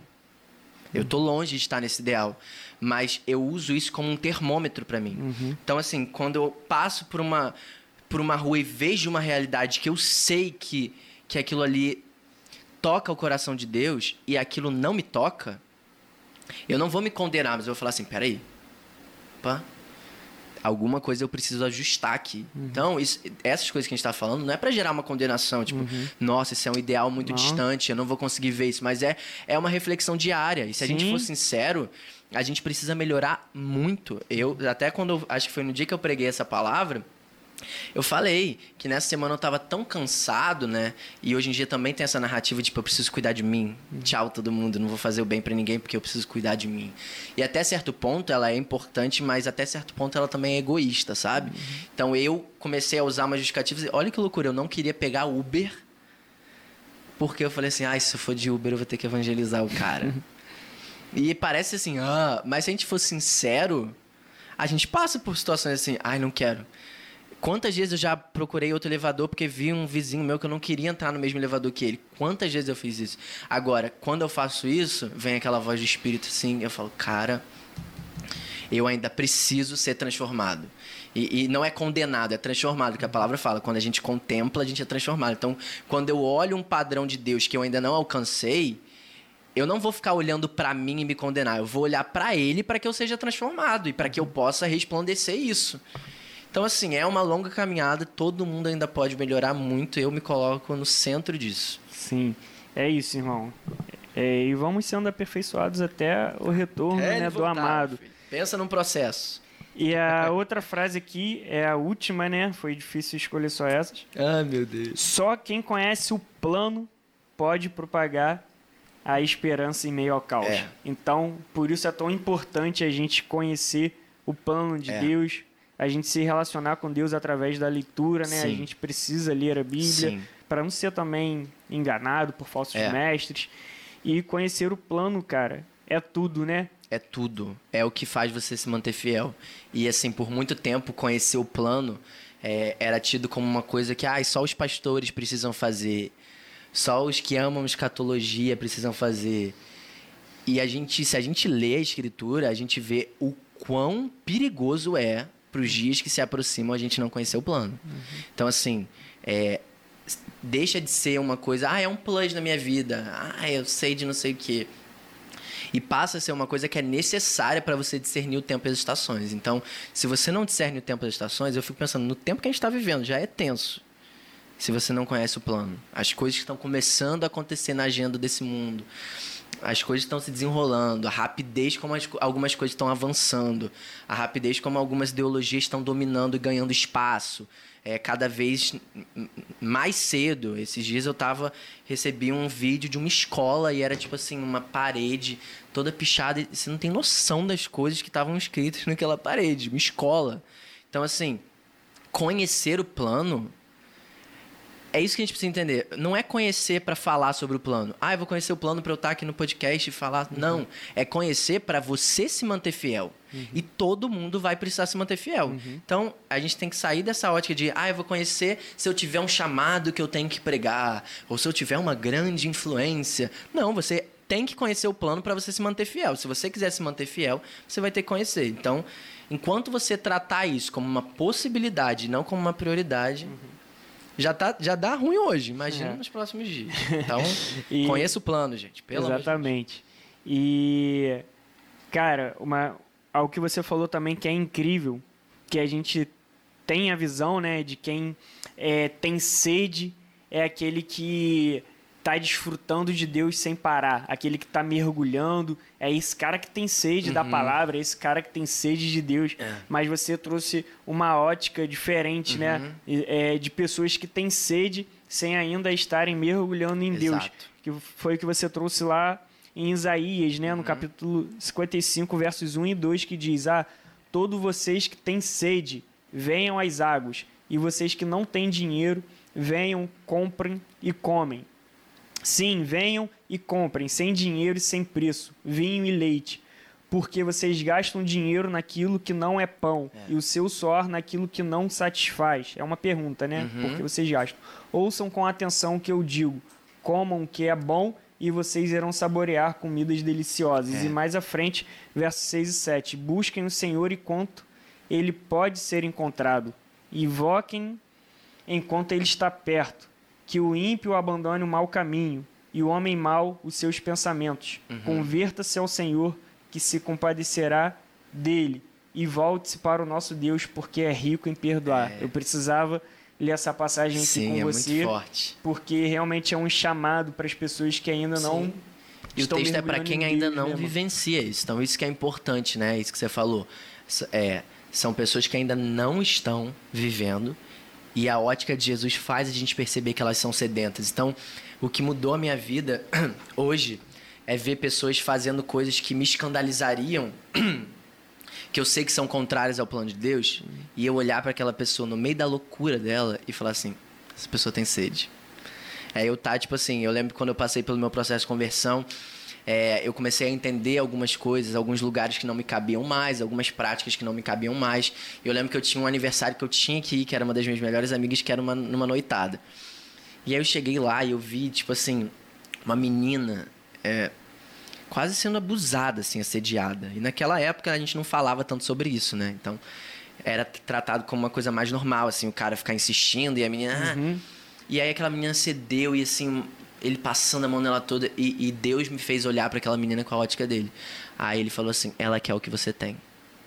Eu tô longe de estar nesse ideal. Mas eu uso isso como um termômetro para mim. Uhum. Então, assim, quando eu passo por uma, por uma rua e vejo uma realidade que eu sei que, que aquilo ali toca o coração de Deus e aquilo não me toca... eu não vou me condenar, mas eu vou falar assim, peraí, opa, alguma coisa eu preciso ajustar aqui. Uhum. Então, isso, essas coisas que a gente está falando não é para gerar uma condenação, tipo, uhum. nossa, esse é um ideal muito não. distante, eu não vou conseguir ver isso, mas é, é uma reflexão diária. E se Sim. a gente for sincero, a gente precisa melhorar muito. Eu, até quando, eu, acho que foi no dia que eu preguei essa palavra, Eu falei que nessa semana eu tava tão cansado, né? E hoje em dia também tem essa narrativa de tipo, eu preciso cuidar de mim. Uhum. Tchau, todo mundo. Não vou fazer o bem pra ninguém porque eu preciso cuidar de mim. E até certo ponto ela é importante, mas até certo ponto ela também é egoísta, sabe? Uhum. Então eu comecei a usar uma justificativa. Olha que loucura, eu não queria pegar Uber porque eu falei assim, ah, se eu for de Uber eu vou ter que evangelizar o cara. E parece assim, ah, mas se a gente for sincero, a gente passa por situações assim, ai, não quero. Quantas vezes eu já procurei outro elevador porque vi um vizinho meu que eu não queria entrar no mesmo elevador que ele? Quantas vezes eu fiz isso? Agora, quando eu faço isso, vem aquela voz do Espírito assim, eu falo, cara, eu ainda preciso ser transformado. E, e não é condenado, é transformado, que a palavra fala. Quando a gente contempla, a gente é transformado. Então, quando eu olho um padrão de Deus que eu ainda não alcancei, eu não vou ficar olhando para mim e me condenar. Eu vou olhar para Ele para que eu seja transformado e para que eu possa resplandecer isso. Então, assim, é uma longa caminhada, todo mundo ainda pode melhorar muito, eu me coloco no centro disso. Sim, é isso, irmão. É, e vamos sendo aperfeiçoados até o retorno é né, voltar, do amado. Filho. Pensa num processo. E a outra frase aqui é a última, né? Foi difícil escolher só essas. Ah, meu Deus. Só quem conhece o plano pode propagar a esperança em meio ao caos. É. Então, por isso é tão importante a gente conhecer o plano de é. Deus, a gente se relacionar com Deus através da leitura, né? Sim. A gente precisa ler a Bíblia para não ser também enganado por falsos é. mestres. E conhecer o plano, cara, é tudo, né? É tudo. É o que faz você se manter fiel. E, assim, por muito tempo, conhecer o plano é, era tido como uma coisa que ah, só os pastores precisam fazer. Só os que amam escatologia precisam fazer. E a gente, se a gente lê a Escritura, a gente vê o quão perigoso é para os dias que se aproximam a gente não conhecer o plano. Uhum. Então, assim, é, deixa de ser uma coisa, ah, é um plus na minha vida, ah, eu sei de não sei o quê. E passa a ser uma coisa que é necessária para você discernir o tempo e as estações. Então, se você não discerne o tempo e as estações, eu fico pensando, no tempo que a gente está vivendo, já é tenso. Se você não conhece o plano. As coisas que estão começando a acontecer na agenda desse mundo. As coisas estão se desenrolando, a rapidez como as, algumas coisas estão avançando, a rapidez como algumas ideologias estão dominando e ganhando espaço, é, cada vez mais cedo. Esses dias eu tava, recebi um vídeo de uma escola e era tipo assim, uma parede toda pichada e você não tem noção das coisas que estavam escritas naquela parede, uma escola. Então, assim, conhecer o plano... É isso que a gente precisa entender. Não é conhecer para falar sobre o plano. Ah, eu vou conhecer o plano para eu estar aqui no podcast e falar. Uhum. Não. É conhecer para você se manter fiel. Uhum. E todo mundo vai precisar se manter fiel. Uhum. Então, a gente tem que sair dessa ótica de ah, eu vou conhecer se eu tiver um chamado que eu tenho que pregar. Ou se eu tiver uma grande influência. Não, você tem que conhecer o plano para você se manter fiel. Se você quiser se manter fiel, você vai ter que conhecer. Então, enquanto você tratar isso como uma possibilidade e não como uma prioridade... Uhum. Já, tá, já dá ruim hoje, imagina é. nos próximos dias. Então, e, conheça o plano, gente. Pelo exatamente. E, cara, uma, algo que você falou também que é incrível, que a gente tem a visão, né, de quem é, tem sede, é aquele que está desfrutando de Deus sem parar, aquele que está mergulhando, é esse cara que tem sede uhum. da palavra, é esse cara que tem sede de Deus, é. Mas você trouxe uma ótica diferente, uhum. né, é, de pessoas que têm sede sem ainda estarem mergulhando em Exato. Deus, que foi o que você trouxe lá em Isaías, né, no uhum. capítulo cinquenta e cinco, versos um e dois, que diz, ah, todos vocês que têm sede, venham às águas, e vocês que não têm dinheiro, venham, comprem e comem. Sim, venham e comprem, sem dinheiro e sem preço, vinho e leite, porque vocês gastam dinheiro naquilo que não é pão é. E o seu suor naquilo que não satisfaz. É uma pergunta, né? Uhum. Porque vocês gastam. Ouçam com atenção o que eu digo, comam o que é bom e vocês irão saborear comidas deliciosas. É. E mais à frente, versos seis e sete, busquem o Senhor enquanto ele pode ser encontrado, invoquem enquanto ele está perto. Que o ímpio abandone o mau caminho e o homem mau os seus pensamentos. Uhum. Converta-se ao Senhor, que se compadecerá dele, e volte-se para o nosso Deus, porque é rico em perdoar. É. Eu precisava ler essa passagem aqui Sim, com é você, muito forte. Porque realmente é um chamado para as pessoas que ainda não... Sim. E o texto é para quem ainda não mesmo. vivencia isso. Então, isso que é importante, né? Isso que você falou. É, são pessoas que ainda não estão vivendo E a ótica de Jesus faz a gente perceber que elas são sedentas. Então, o que mudou a minha vida hoje é ver pessoas fazendo coisas que me escandalizariam, que eu sei que são contrárias ao plano de Deus, e eu olhar para aquela pessoa no meio da loucura dela e falar assim, essa pessoa tem sede. É, eu tá, tipo assim, eu lembro quando eu passei pelo meu processo de conversão, é, eu comecei a entender algumas coisas, alguns lugares que não me cabiam mais, algumas práticas que não me cabiam mais. Eu lembro que eu tinha um aniversário que eu tinha que ir, que era uma das minhas melhores amigas, que era uma, numa noitada. E aí eu cheguei lá e eu vi, tipo assim, uma menina é, quase sendo abusada, assim, assediada. E naquela época a gente não falava tanto sobre isso, né? Então, era tratado como uma coisa mais normal, assim, o cara ficar insistindo e a menina... Uhum. Ah. E aí aquela menina cedeu e, assim, ele passando a mão nela toda. E, e Deus me fez olhar para aquela menina com a ótica dele. Aí ele falou assim, ela quer o que você tem.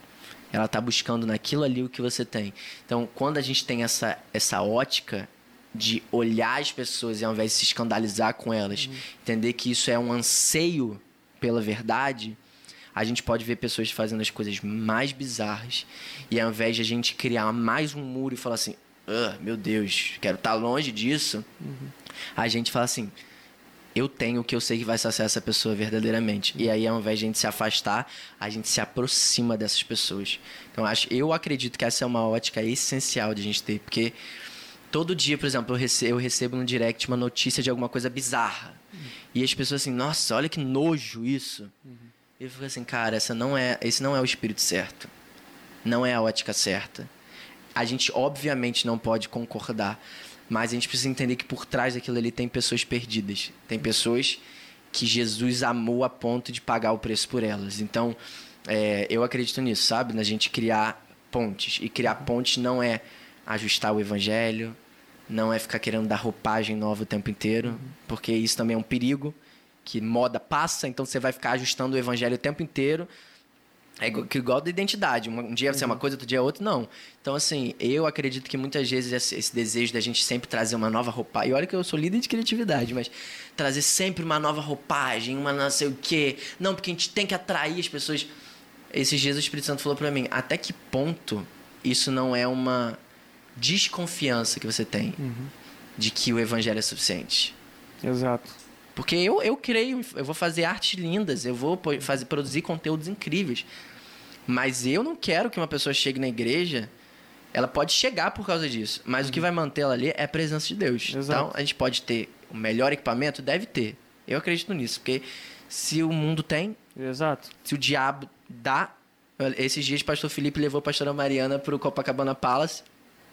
Ela tá buscando naquilo ali o que você tem. Então, quando a gente tem essa, essa ótica de olhar as pessoas e ao invés de se escandalizar com elas, uhum. entender que isso é um anseio pela verdade, a gente pode ver pessoas fazendo as coisas mais bizarras. E ao invés de a gente criar mais um muro e falar assim, ah, meu Deus, quero estar longe disso, uhum. a gente fala assim, eu tenho o que eu sei que vai saciar essa pessoa verdadeiramente. Uhum. E aí, ao invés de a gente se afastar, a gente se aproxima dessas pessoas. Então, acho, eu acredito que essa é uma ótica essencial de a gente ter, porque todo dia, por exemplo, eu recebo, eu recebo no direct uma notícia de alguma coisa bizarra. Uhum. E as pessoas assim, nossa, olha que nojo isso. Uhum. E eu fico assim, cara, essa não é, esse não é o espírito certo. Não é a ótica certa. A gente, obviamente, não pode concordar, mas a gente precisa entender que por trás daquilo ali tem pessoas perdidas. Tem pessoas que Jesus amou a ponto de pagar o preço por elas. Então, é, eu acredito nisso, sabe? Na gente criar pontes. E criar pontes não é ajustar o evangelho, não é ficar querendo dar roupagem nova o tempo inteiro, porque isso também é um perigo, que moda passa, então você vai ficar ajustando o evangelho o tempo inteiro. É igual, igual da identidade. Um dia você é uma coisa, outro dia é outra. Não. Então, assim, eu acredito que muitas vezes esse, esse desejo da gente sempre trazer uma nova roupagem... E olha que eu sou líder de criatividade, mas trazer sempre uma nova roupagem, uma não sei o quê. Não, porque a gente tem que atrair as pessoas. Esses dias o Espírito Santo falou pra mim, até que ponto isso não é uma desconfiança que você tem uhum. de que o evangelho é suficiente? Exato. Porque eu, eu creio, eu vou fazer artes lindas, eu vou fazer, produzir conteúdos incríveis. Mas eu não quero que uma pessoa chegue na igreja, ela pode chegar por causa disso, mas uhum. o que vai manter ela ali é a presença de Deus. Exato. Então, a gente pode ter o melhor equipamento? Deve ter. Eu acredito nisso, porque se o mundo tem, Exato. se o diabo dá... Esses dias o pastor Felipe levou a pastora Mariana para o Copacabana Palace,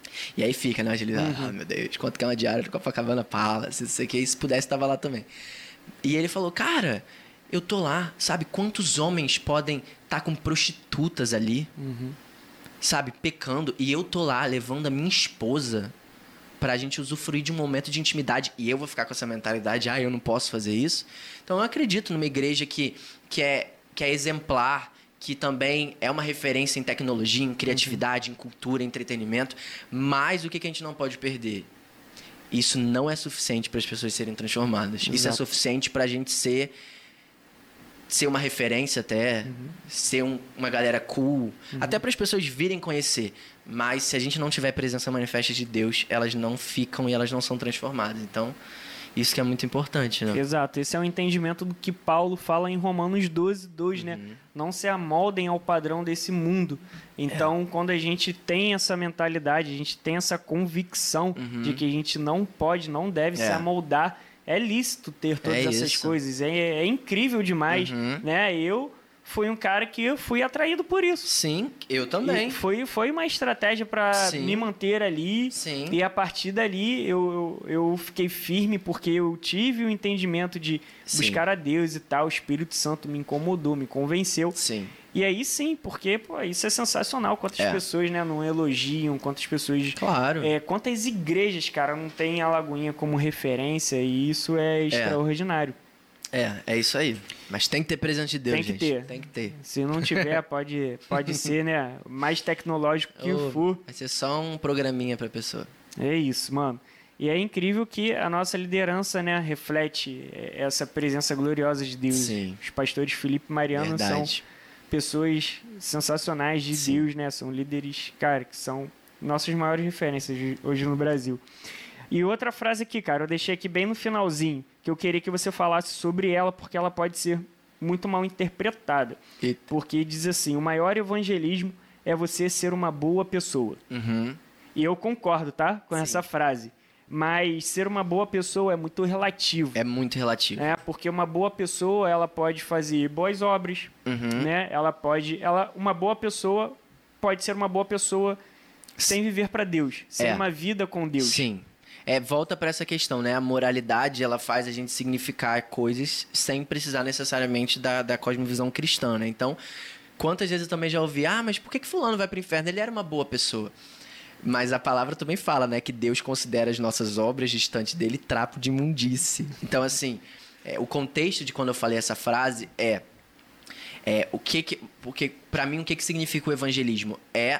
e aí fica, né, agilidade. Uhum. Ah, meu Deus, quanto que é uma diária do Copacabana Palace, não sei o que, se pudesse, estava lá também. E ele falou, cara, eu tô lá, sabe? Quantos homens podem estar tá com prostitutas ali, uhum. sabe? Pecando, e eu tô lá levando a minha esposa pra gente usufruir de um momento de intimidade, e eu vou ficar com essa mentalidade, ah, eu não posso fazer isso. Então eu acredito numa igreja que, que, é, que é exemplar, que também é uma referência em tecnologia, em criatividade, uhum. em cultura, em entretenimento. Mas o que a gente não pode perder? Isso não é suficiente para as pessoas serem transformadas. Exato. Isso é suficiente para a gente ser, ser uma referência até, uhum. ser um, uma galera cool. Uhum. Até para as pessoas virem conhecer. Mas se a gente não tiver presença manifesta de Deus, elas não ficam e elas não são transformadas. Então... isso que é muito importante, né? Exato. Esse é o entendimento do que Paulo fala em Romanos doze, dois, uhum. né? Não se amoldem ao padrão desse mundo. Então, é. quando a gente tem essa mentalidade, a gente tem essa convicção uhum. de que a gente não pode, não deve é. se amoldar, é lícito ter todas é essas isso. coisas. É, é incrível demais, uhum. né? Eu... fui um cara que eu fui atraído por isso. Sim, eu também. E foi, foi uma estratégia para me manter ali. Sim. E a partir dali eu, eu, eu fiquei firme porque eu tive o entendimento de sim. buscar a Deus e tal. O Espírito Santo me incomodou, me convenceu. Sim. E aí sim, porque pô, isso é sensacional. Quantas é. pessoas, né, não elogiam, quantas pessoas... Claro. É, quantas igrejas, cara, não tem a Lagoinha como referência, e isso é extraordinário. É, é isso aí. Mas tem que ter presença de Deus, tem que gente. Ter. Tem que ter. Se não tiver, pode, pode ser, né? Mais tecnológico que oh, for. Vai ser só um programinha pra pessoa. É isso, mano. E é incrível que a nossa liderança, né, reflete essa presença gloriosa de Deus. Sim. Os pastores Felipe e Mariano Verdade. são pessoas sensacionais de Sim. Deus, né? São líderes, cara, que são nossas maiores referências hoje no Brasil. E outra frase aqui, cara, eu deixei aqui bem no finalzinho, que eu queria que você falasse sobre ela, porque ela pode ser muito mal interpretada. Eita. Porque diz assim, o maior evangelismo é você ser uma boa pessoa. Uhum. E eu concordo, tá? Com Sim. essa frase. Mas ser uma boa pessoa é muito relativo. É muito relativo. É, porque uma boa pessoa, ela pode fazer boas obras, Uhum. né? Ela pode... Ela, uma boa pessoa pode ser uma boa pessoa sem viver para Deus, sem É. uma vida com Deus. Sim. É, volta para essa questão, né? A moralidade, ela faz a gente significar coisas sem precisar necessariamente da, da cosmovisão cristã, né? Então, quantas vezes eu também já ouvi, ah, mas por que que fulano vai pro inferno? Ele era uma boa pessoa. Mas a palavra também fala, né? Que Deus considera as nossas obras distantes dele trapo de imundície. Então, assim, é, o contexto de quando eu falei essa frase é... é o que que... Porque, para mim, o que que significa o evangelismo? É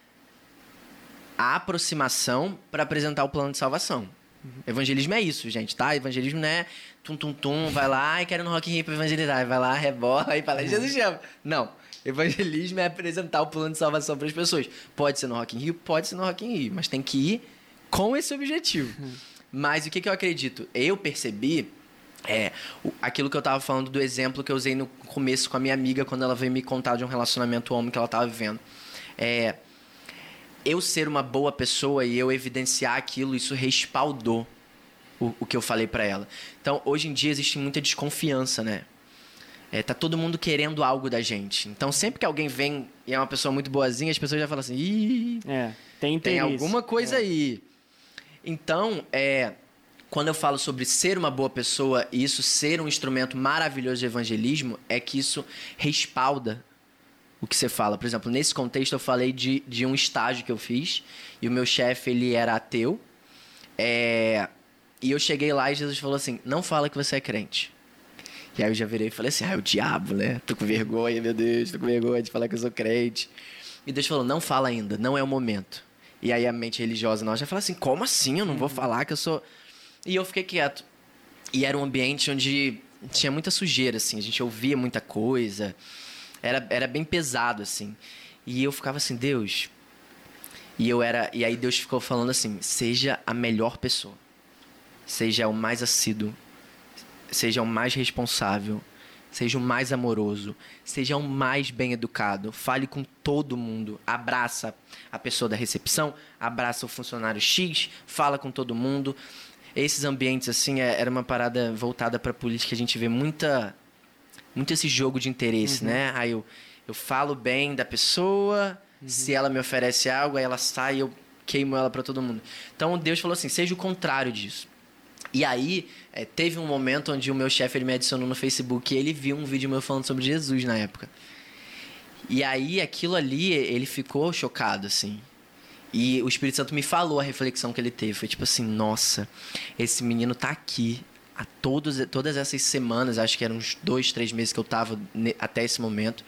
a aproximação para apresentar o plano de salvação. Uhum. Evangelismo é isso, gente, tá? Evangelismo não é tum-tum-tum, vai lá e quero no Rock in Rio pra evangelizar, vai lá, rebola e fala, Jesus chama. Não. Evangelismo é apresentar o plano de salvação para as pessoas. Pode ser no Rock in Rio, pode ser no Rock in Rio, mas tem que ir com esse objetivo. Uhum. Mas o que, que eu acredito? Eu percebi é, o, aquilo que eu tava falando do exemplo que eu usei no começo com a minha amiga quando ela veio me contar de um relacionamento homem que ela tava vivendo. É... Eu ser uma boa pessoa e eu evidenciar aquilo, isso respaldou o, o que eu falei pra ela. Então, hoje em dia, existe muita desconfiança, né? É, tá todo mundo querendo algo da gente. Então, sempre que alguém vem e é uma pessoa muito boazinha, as pessoas já falam assim, ih, é, tem, tem alguma coisa é. aí. Então, é, quando eu falo sobre ser uma boa pessoa e isso ser um instrumento maravilhoso de evangelismo, é que isso respalda o que você fala. Por exemplo, nesse contexto eu falei de, de um estágio que eu fiz e o meu chefe, ele era ateu. É, e eu cheguei lá e Jesus falou assim, não fala que você é crente. E aí eu já virei e falei assim, ah, é o diabo, né? Tô com vergonha, meu Deus, tô com vergonha de falar que eu sou crente. E Deus falou, não fala ainda, não é o momento. E aí a mente religiosa nossa já fala assim, como assim? Eu não vou falar que eu sou... E eu fiquei quieto. E era um ambiente onde tinha muita sujeira, assim, a gente ouvia muita coisa... Era, era bem pesado, assim. E eu ficava assim, Deus... E, eu era, e aí Deus ficou falando assim, seja a melhor pessoa. Seja o mais assíduo. Seja o mais responsável. Seja o mais amoroso. Seja o mais bem educado. Fale com todo mundo. Abraça a pessoa da recepção. Abraça o funcionário X. Fala com todo mundo. Esses ambientes, assim, era uma parada voltada para política. A gente vê muita... muito esse jogo de interesse, uhum. né? Aí eu, eu falo bem da pessoa, uhum. se ela me oferece algo, aí ela sai e eu queimo ela pra todo mundo. Então Deus falou assim, seja o contrário disso. E aí, é, teve um momento onde o meu chefe ele me adicionou no Facebook e ele viu um vídeo meu falando sobre Jesus na época. E aí, aquilo ali, ele ficou chocado, assim. E o Espírito Santo me falou a reflexão que ele teve. Foi tipo assim, nossa, esse menino tá aqui. A todos, todas essas semanas, acho que eram uns dois, três meses que eu tava ne, até esse momento.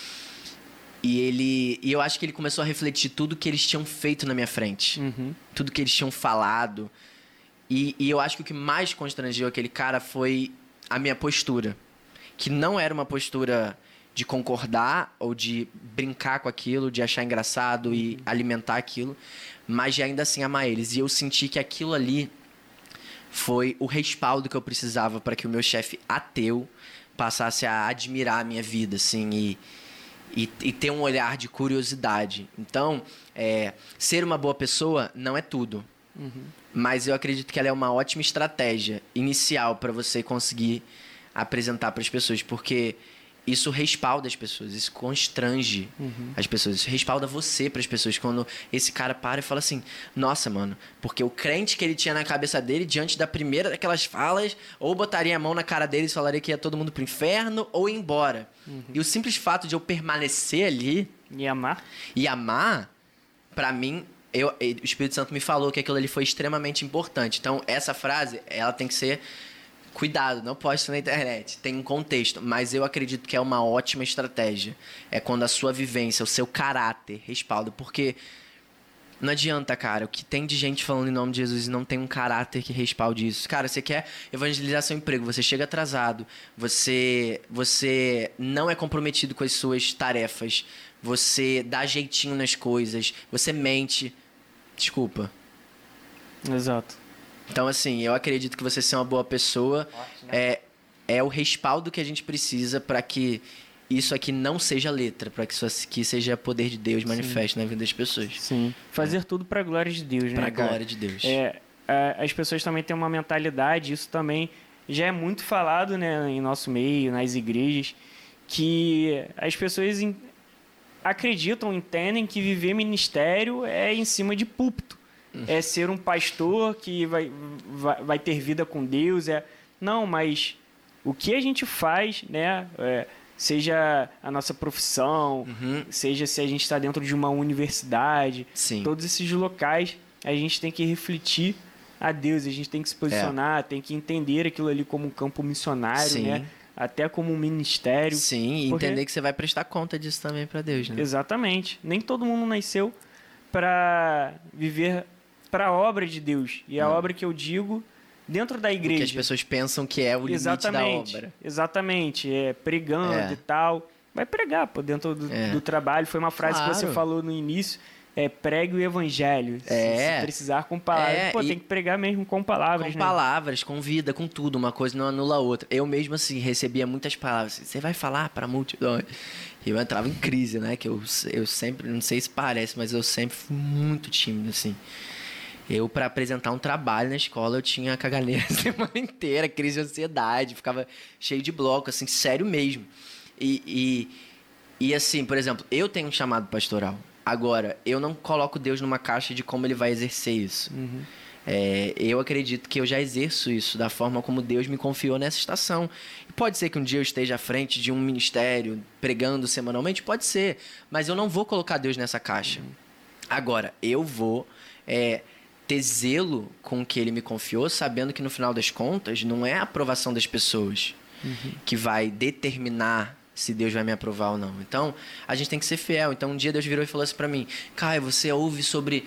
E ele e eu acho que ele começou a refletir tudo que eles tinham feito na minha frente. Uhum. Tudo que eles tinham falado. E, e eu acho que o que mais constrangeu aquele cara foi a minha postura. Que não era uma postura de concordar ou de brincar com aquilo, de achar engraçado uhum. e alimentar aquilo. Mas de ainda assim amar eles. E eu senti que aquilo ali... foi o respaldo que eu precisava para que o meu chefe ateu passasse a admirar a minha vida, assim, e, e, e ter um olhar de curiosidade. Então, é, ser uma boa pessoa não é tudo. Uhum. Mas eu acredito que ela é uma ótima estratégia inicial para você conseguir apresentar para as pessoas, porque isso respalda as pessoas, isso constrange uhum. as pessoas, isso respalda você para as pessoas. Quando esse cara para e fala assim, nossa, mano, porque o crente que ele tinha na cabeça dele, diante da primeira daquelas falas, ou botaria a mão na cara dele e falaria que ia todo mundo pro inferno, ou ir embora. Uhum. E o simples fato de eu permanecer ali... E amar. E amar, pra mim, eu, o Espírito Santo me falou que aquilo ali foi extremamente importante. Então, essa frase, ela tem que ser... Cuidado, não posto na internet, tem um contexto, mas eu acredito que é uma ótima estratégia. É quando a sua vivência, o seu caráter respalda, porque não adianta, cara, o que tem de gente falando em nome de Jesus e não tem um caráter que respalde isso. Cara, você quer evangelizar seu emprego, você chega atrasado, você, você não é comprometido com as suas tarefas, você dá jeitinho nas coisas, você mente, desculpa. Exato. Então, assim, eu acredito que você ser uma boa pessoa é, é o respaldo que a gente precisa para que isso aqui não seja letra, para que isso aqui seja poder de Deus manifeste na vida das pessoas. Sim. Fazer é. tudo para a glória de Deus, né, Para a cara? glória de Deus. É, as pessoas também têm uma mentalidade, isso também já é muito falado, né, em nosso meio, nas igrejas, que as pessoas acreditam, entendem que viver ministério é em cima de púlpito. Hum. É ser um pastor que vai, vai, vai ter vida com Deus. É... Não, mas o que a gente faz, né, é, seja a nossa profissão, uhum. seja se a gente está dentro de uma universidade, Sim. todos esses locais, a gente tem que refletir a Deus, a gente tem que se posicionar, é. tem que entender aquilo ali como um campo missionário, Sim. né? Até como um ministério. Sim, e porque... entender que você vai prestar conta disso também para Deus, né? Exatamente. Nem todo mundo nasceu para viver para a obra de Deus. E a Não. obra que eu digo dentro da igreja. Porque as pessoas pensam que é o limite exatamente, da obra. Exatamente. É pregando é. e tal. Vai pregar, pô, dentro do, é. do trabalho. Foi uma frase claro. que você falou no início. É, pregue o evangelho. É. Se precisar com palavras. É, Pô, tem que pregar mesmo com palavras, Com né? palavras, com vida, com tudo. Uma coisa não anula a outra. Eu mesmo, assim, recebia muitas palavras. Você vai falar para multidão? E eu entrava em crise, né? Que eu, eu sempre, não sei se parece, mas eu sempre fui muito tímido, assim. Eu, para apresentar um trabalho na escola, eu tinha caganeira a semana inteira, crise de ansiedade, ficava cheio de bloco, assim, sério mesmo. E, e, e assim, por exemplo, eu tenho um chamado pastoral. Agora, eu não coloco Deus numa caixa de como ele vai exercer isso. Uhum. É, eu acredito que eu já exerço isso da forma como Deus me confiou nessa estação. E pode ser que um dia eu esteja à frente de um ministério, pregando semanalmente, pode ser. Mas eu não vou colocar Deus nessa caixa. Uhum. Agora, eu vou é, ter zelo com o que ele me confiou, sabendo que no final das contas não é a aprovação das pessoas uhum. que vai determinar se Deus vai me aprovar ou não. Então, a gente tem que ser fiel. Então, um dia Deus virou e falou assim pra mim: Caio, você ouve sobre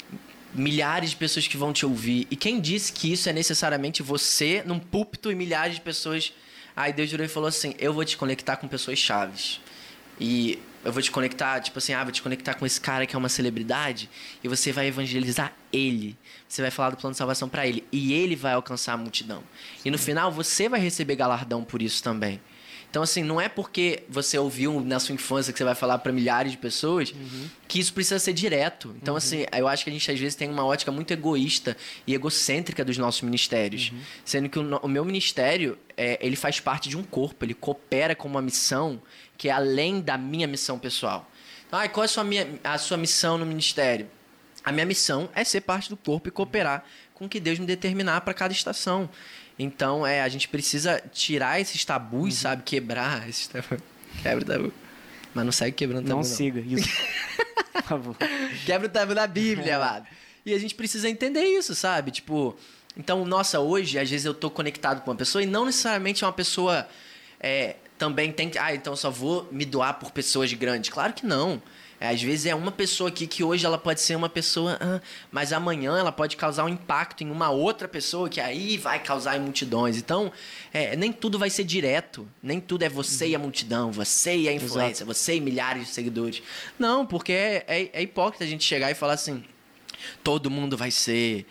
milhares de pessoas que vão te ouvir. E quem disse que isso é necessariamente você num púlpito e milhares de pessoas... Aí Deus virou e falou assim: eu vou te conectar com pessoas chaves. E eu vou te conectar, tipo assim, ah, vou te conectar com esse cara que é uma celebridade e você vai evangelizar ele. Você vai falar do plano de salvação pra ele. E ele vai alcançar a multidão. E no final, você vai receber galardão por isso também. Então, assim, não é porque você ouviu na sua infância que você vai falar para milhares de pessoas uhum. que isso precisa ser direto. Então, uhum. assim, eu acho que a gente, às vezes, tem uma ótica muito egoísta e egocêntrica dos nossos ministérios. Uhum. Sendo que o, o meu ministério, é, ele faz parte de um corpo, ele coopera com uma missão que é além da minha missão pessoal. Então, ah, qual é a sua, minha, a sua missão no ministério? A minha missão é ser parte do corpo e cooperar com o que Deus me determinar para cada estação. Então, é, a gente precisa tirar esses tabus, uhum. sabe? Quebrar esses tabus. Quebra o tabu. Mas não segue quebrando tabu, não. Não siga isso. Por favor. Quebra o tabu da Bíblia, amado. E a gente precisa entender isso, sabe? Tipo, então, nossa, hoje, às vezes eu tô conectado com uma pessoa e não necessariamente é uma pessoa... É, também tem que... Ah, então eu só vou me doar por pessoas grandes. Claro que não. É, às vezes é uma pessoa aqui que hoje ela pode ser uma pessoa, ah, mas amanhã ela pode causar um impacto em uma outra pessoa que aí vai causar em multidões. Então, é, nem tudo vai ser direto. Nem tudo é você e a multidão, você e a influência, Exato. Você e milhares de seguidores. Não, porque é, é, é hipócrita a gente chegar e falar assim, todo mundo vai ser...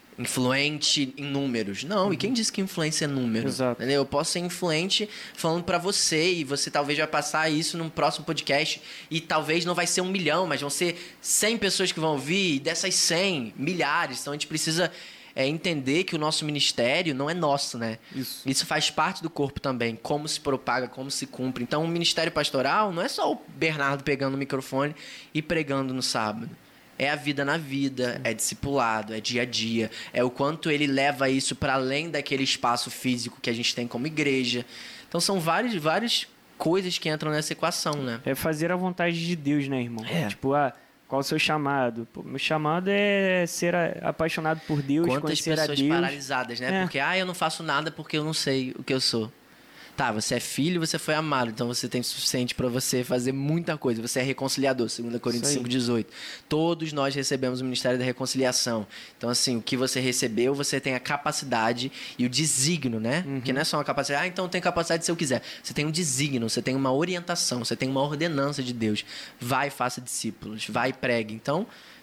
influente em números. Não, uhum. e quem disse que influência é número? Exato. Entendeu? Eu posso ser influente falando pra você e você talvez vai passar isso num próximo podcast e talvez não vai ser um milhão, mas vão ser cem pessoas que vão ouvir e dessas cem, milhares. Então a gente precisa é, entender que o nosso ministério não é nosso, né? Isso. Isso faz parte do corpo também, como se propaga, como se cumpre. Então o ministério pastoral não é só o Bernardo pegando o microfone e pregando no sábado. É a vida na vida, Sim. é discipulado, é dia a dia. É o quanto ele leva isso para além daquele espaço físico que a gente tem como igreja. Então são várias, várias coisas que entram nessa equação, né? É fazer a vontade de Deus, né, irmão? É. Tipo, ah, qual o seu chamado? Pô, meu chamado é ser apaixonado por Deus, Quantas conhecer a Deus. Quantas pessoas paralisadas, né? É. Porque, ah, eu não faço nada porque eu não sei o que eu sou. Tá, você é filho, você foi amado, então você tem o suficiente para você fazer muita coisa. Você é reconciliador, segundo Coríntios cinco, dezoito. Todos nós recebemos o ministério da reconciliação. Então, assim, o que você recebeu, você tem a capacidade e o desígnio, né? Uhum. Porque não é só uma capacidade, ah, então eu tenho capacidade se eu quiser. Você tem um desígnio, você tem uma orientação, você tem uma ordenança de Deus. Vai e faça discípulos, vai e pregue. Então,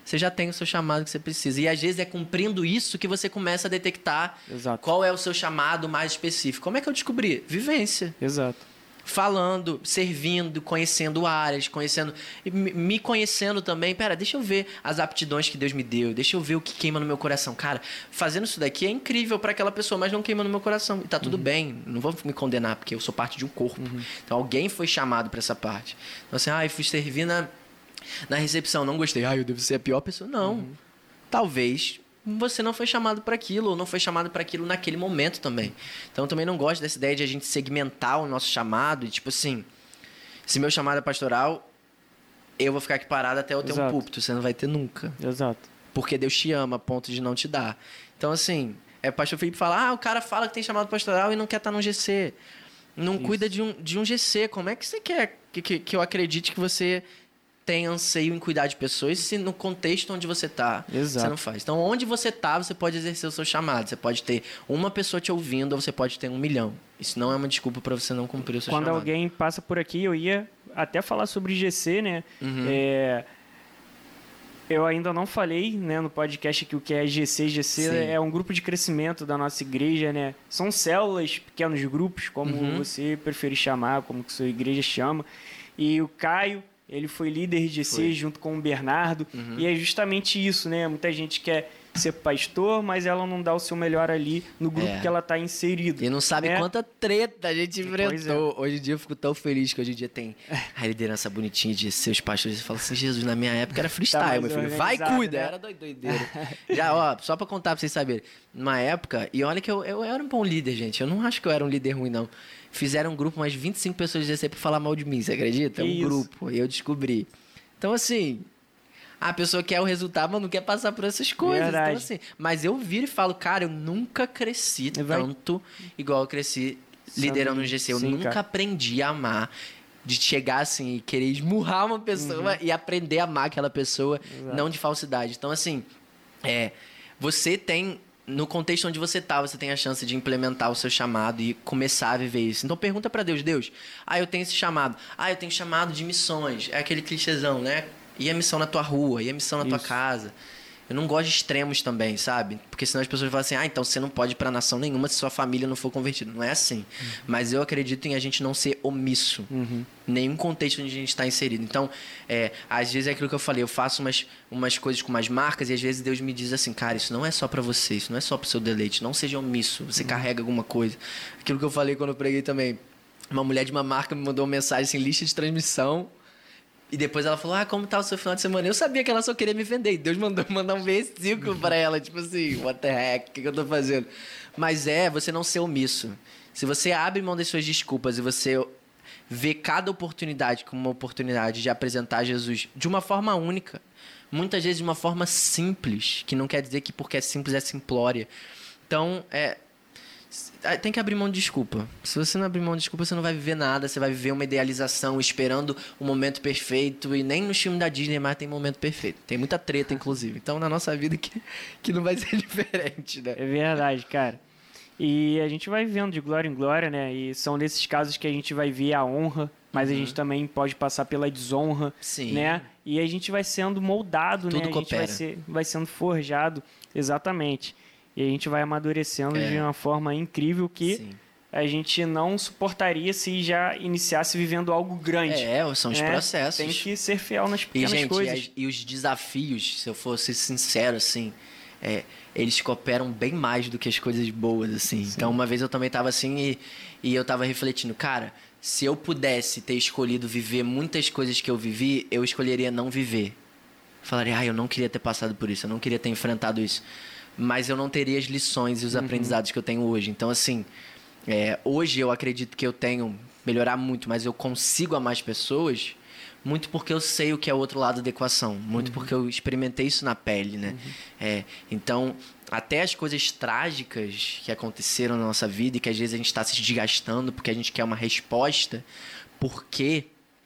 você já tem o seu chamado que você precisa. E às vezes é cumprindo isso que você começa a detectar Exato. qual é o seu chamado mais específico. Como é que eu descobri? Vivência. Exato. Falando, servindo, conhecendo áreas, conhecendo, me conhecendo também. Pera, deixa eu ver as aptidões que Deus me deu, deixa eu ver o que queima no meu coração. Cara, fazendo isso daqui é incrível para aquela pessoa, mas não queima no meu coração. E tá tudo uhum. bem, não vou me condenar, porque eu sou parte de um corpo. Uhum. Então alguém foi chamado para essa parte. Então assim, ah, eu fui servir na, na recepção, não gostei. Ah, eu devo ser a pior pessoa. Não, uhum. talvez você não foi chamado para aquilo, ou não foi chamado para aquilo naquele momento também. Então, eu também não gosto dessa ideia de a gente segmentar o nosso chamado. E, tipo assim, se meu chamado é pastoral, eu vou ficar aqui parado até eu ter Exato. um púlpito. Você não vai ter nunca. Exato. Porque Deus te ama a ponto de não te dar. Então, assim, é, o pastor Felipe fala, ah, o cara fala que tem chamado pastoral e não quer estar num G C. Não Isso. cuida de um, de um G C. Como é que você quer que, que, que eu acredite que você tem anseio em cuidar de pessoas se no contexto onde você está, você não faz. Então, onde você está, você pode exercer o seu chamado. Você pode ter uma pessoa te ouvindo ou você pode ter um milhão. Isso não é uma desculpa para você não cumprir o seu Quando chamado. Quando alguém passa por aqui, eu ia até falar sobre G C, né? Uhum. É... Eu ainda não falei, né, no podcast aqui o que é G C. G C Sim. é um grupo de crescimento da nossa igreja, né? São células, pequenos grupos, como uhum. você preferir chamar, como que sua igreja chama. E o Caio, ele foi líder de G C foi. junto com o Bernardo. Uhum. E é justamente isso, né? Muita gente quer ser pastor, mas ela não dá o seu melhor ali no grupo é. que ela está inserida. E não sabe né? quanta treta a gente enfrentou. É. Hoje em dia eu fico tão feliz que hoje em dia tem a liderança bonitinha de seus pastores. Você fala assim, Jesus, na minha época era freestyle, tá meu filho. Vai e cuida. Né? Era doideira. Já, ó, só pra contar pra vocês saberem. Numa época, e olha que eu, eu era um bom líder, gente. Eu não acho que eu era um líder ruim, não. Fizeram um grupo, umas vinte e cinco pessoas de G C pra falar mal de mim, você acredita? Que um isso? grupo. E eu descobri. Então, assim, a pessoa quer o resultado, mas não quer passar por essas coisas. Verdade. Então, assim, mas eu viro e falo, cara, eu nunca cresci Vai. tanto igual eu cresci liderando no G C. Eu Sim, nunca cara. aprendi a amar. De chegar assim e querer esmurrar uma pessoa uhum. e aprender a amar aquela pessoa, Exato. não de falsidade. Então, assim, é, você tem... No contexto onde você tá, você tem a chance de implementar o seu chamado e começar a viver isso. Então pergunta pra Deus, Deus, ah, eu tenho esse chamado. Ah, eu tenho chamado de missões. É aquele clichêzão, né? E a missão na tua rua, e a missão na isso. tua casa. Eu não gosto de extremos também, sabe? Porque senão as pessoas falam assim, ah, então você não pode ir pra nação nenhuma se sua família não for convertida. Não é assim. Uhum. Mas eu acredito em a gente não ser omisso. Uhum. Nenhum contexto onde a gente está inserido. Então, é, às vezes é aquilo que eu falei, eu faço umas, umas coisas com umas marcas e às vezes Deus me diz assim, cara, isso não é só pra você, isso não é só pro seu deleite, não seja omisso, você uhum. carrega alguma coisa. Aquilo que eu falei quando eu preguei também, uma mulher de uma marca me mandou uma mensagem assim, lista de transmissão. E depois ela falou, ah, como tá o seu final de semana? Eu sabia que ela só queria me vender. E Deus mandou mandar um versículo pra ela. Tipo assim, what the heck? O que, que eu tô fazendo? Mas é você não ser omisso. Se você abre mão das suas desculpas e você vê cada oportunidade como uma oportunidade de apresentar Jesus de uma forma única. Muitas vezes de uma forma simples. Que não quer dizer que porque é simples é simplória. Então, é... tem que abrir mão de desculpa. Se você não abrir mão de desculpa, você não vai viver nada. Você vai viver uma idealização esperando o momento perfeito. E nem no filme da Disney mais tem momento perfeito. Tem muita treta, inclusive. Então, na nossa vida, que, que não vai ser diferente, né? É verdade, cara. E a gente vai vivendo de glória em glória, né? E são nesses casos que a gente vai ver a honra, mas uhum. a gente também pode passar pela desonra, Sim. né? E a gente vai sendo moldado, Tudo né? A gente vai, ser, vai sendo forjado, exatamente. E a gente vai amadurecendo é. de uma forma incrível que Sim. a gente não suportaria se já iniciasse vivendo algo grande. É, são os né? processos. Tem que ser fiel nas pequenas e, gente, coisas. E, e os desafios, se eu fosse sincero, assim, é, eles cooperam bem mais do que as coisas boas, assim. Sim. Então, uma vez eu também estava assim e, e eu estava refletindo, cara, se eu pudesse ter escolhido viver muitas coisas que eu vivi, eu escolheria não viver. Falaria, ah, eu não queria ter passado por isso, eu não queria ter enfrentado isso. Mas eu não teria as lições e os uhum. aprendizados que eu tenho hoje. Então, assim, é, hoje eu acredito que eu tenho melhorar muito, mas eu consigo amar as pessoas muito porque eu sei o que é o outro lado da equação. Muito uhum. porque eu experimentei isso na pele, né? Uhum. É, então, até as coisas trágicas que aconteceram na nossa vida e que às vezes a gente está se desgastando porque a gente quer uma resposta. Por quê?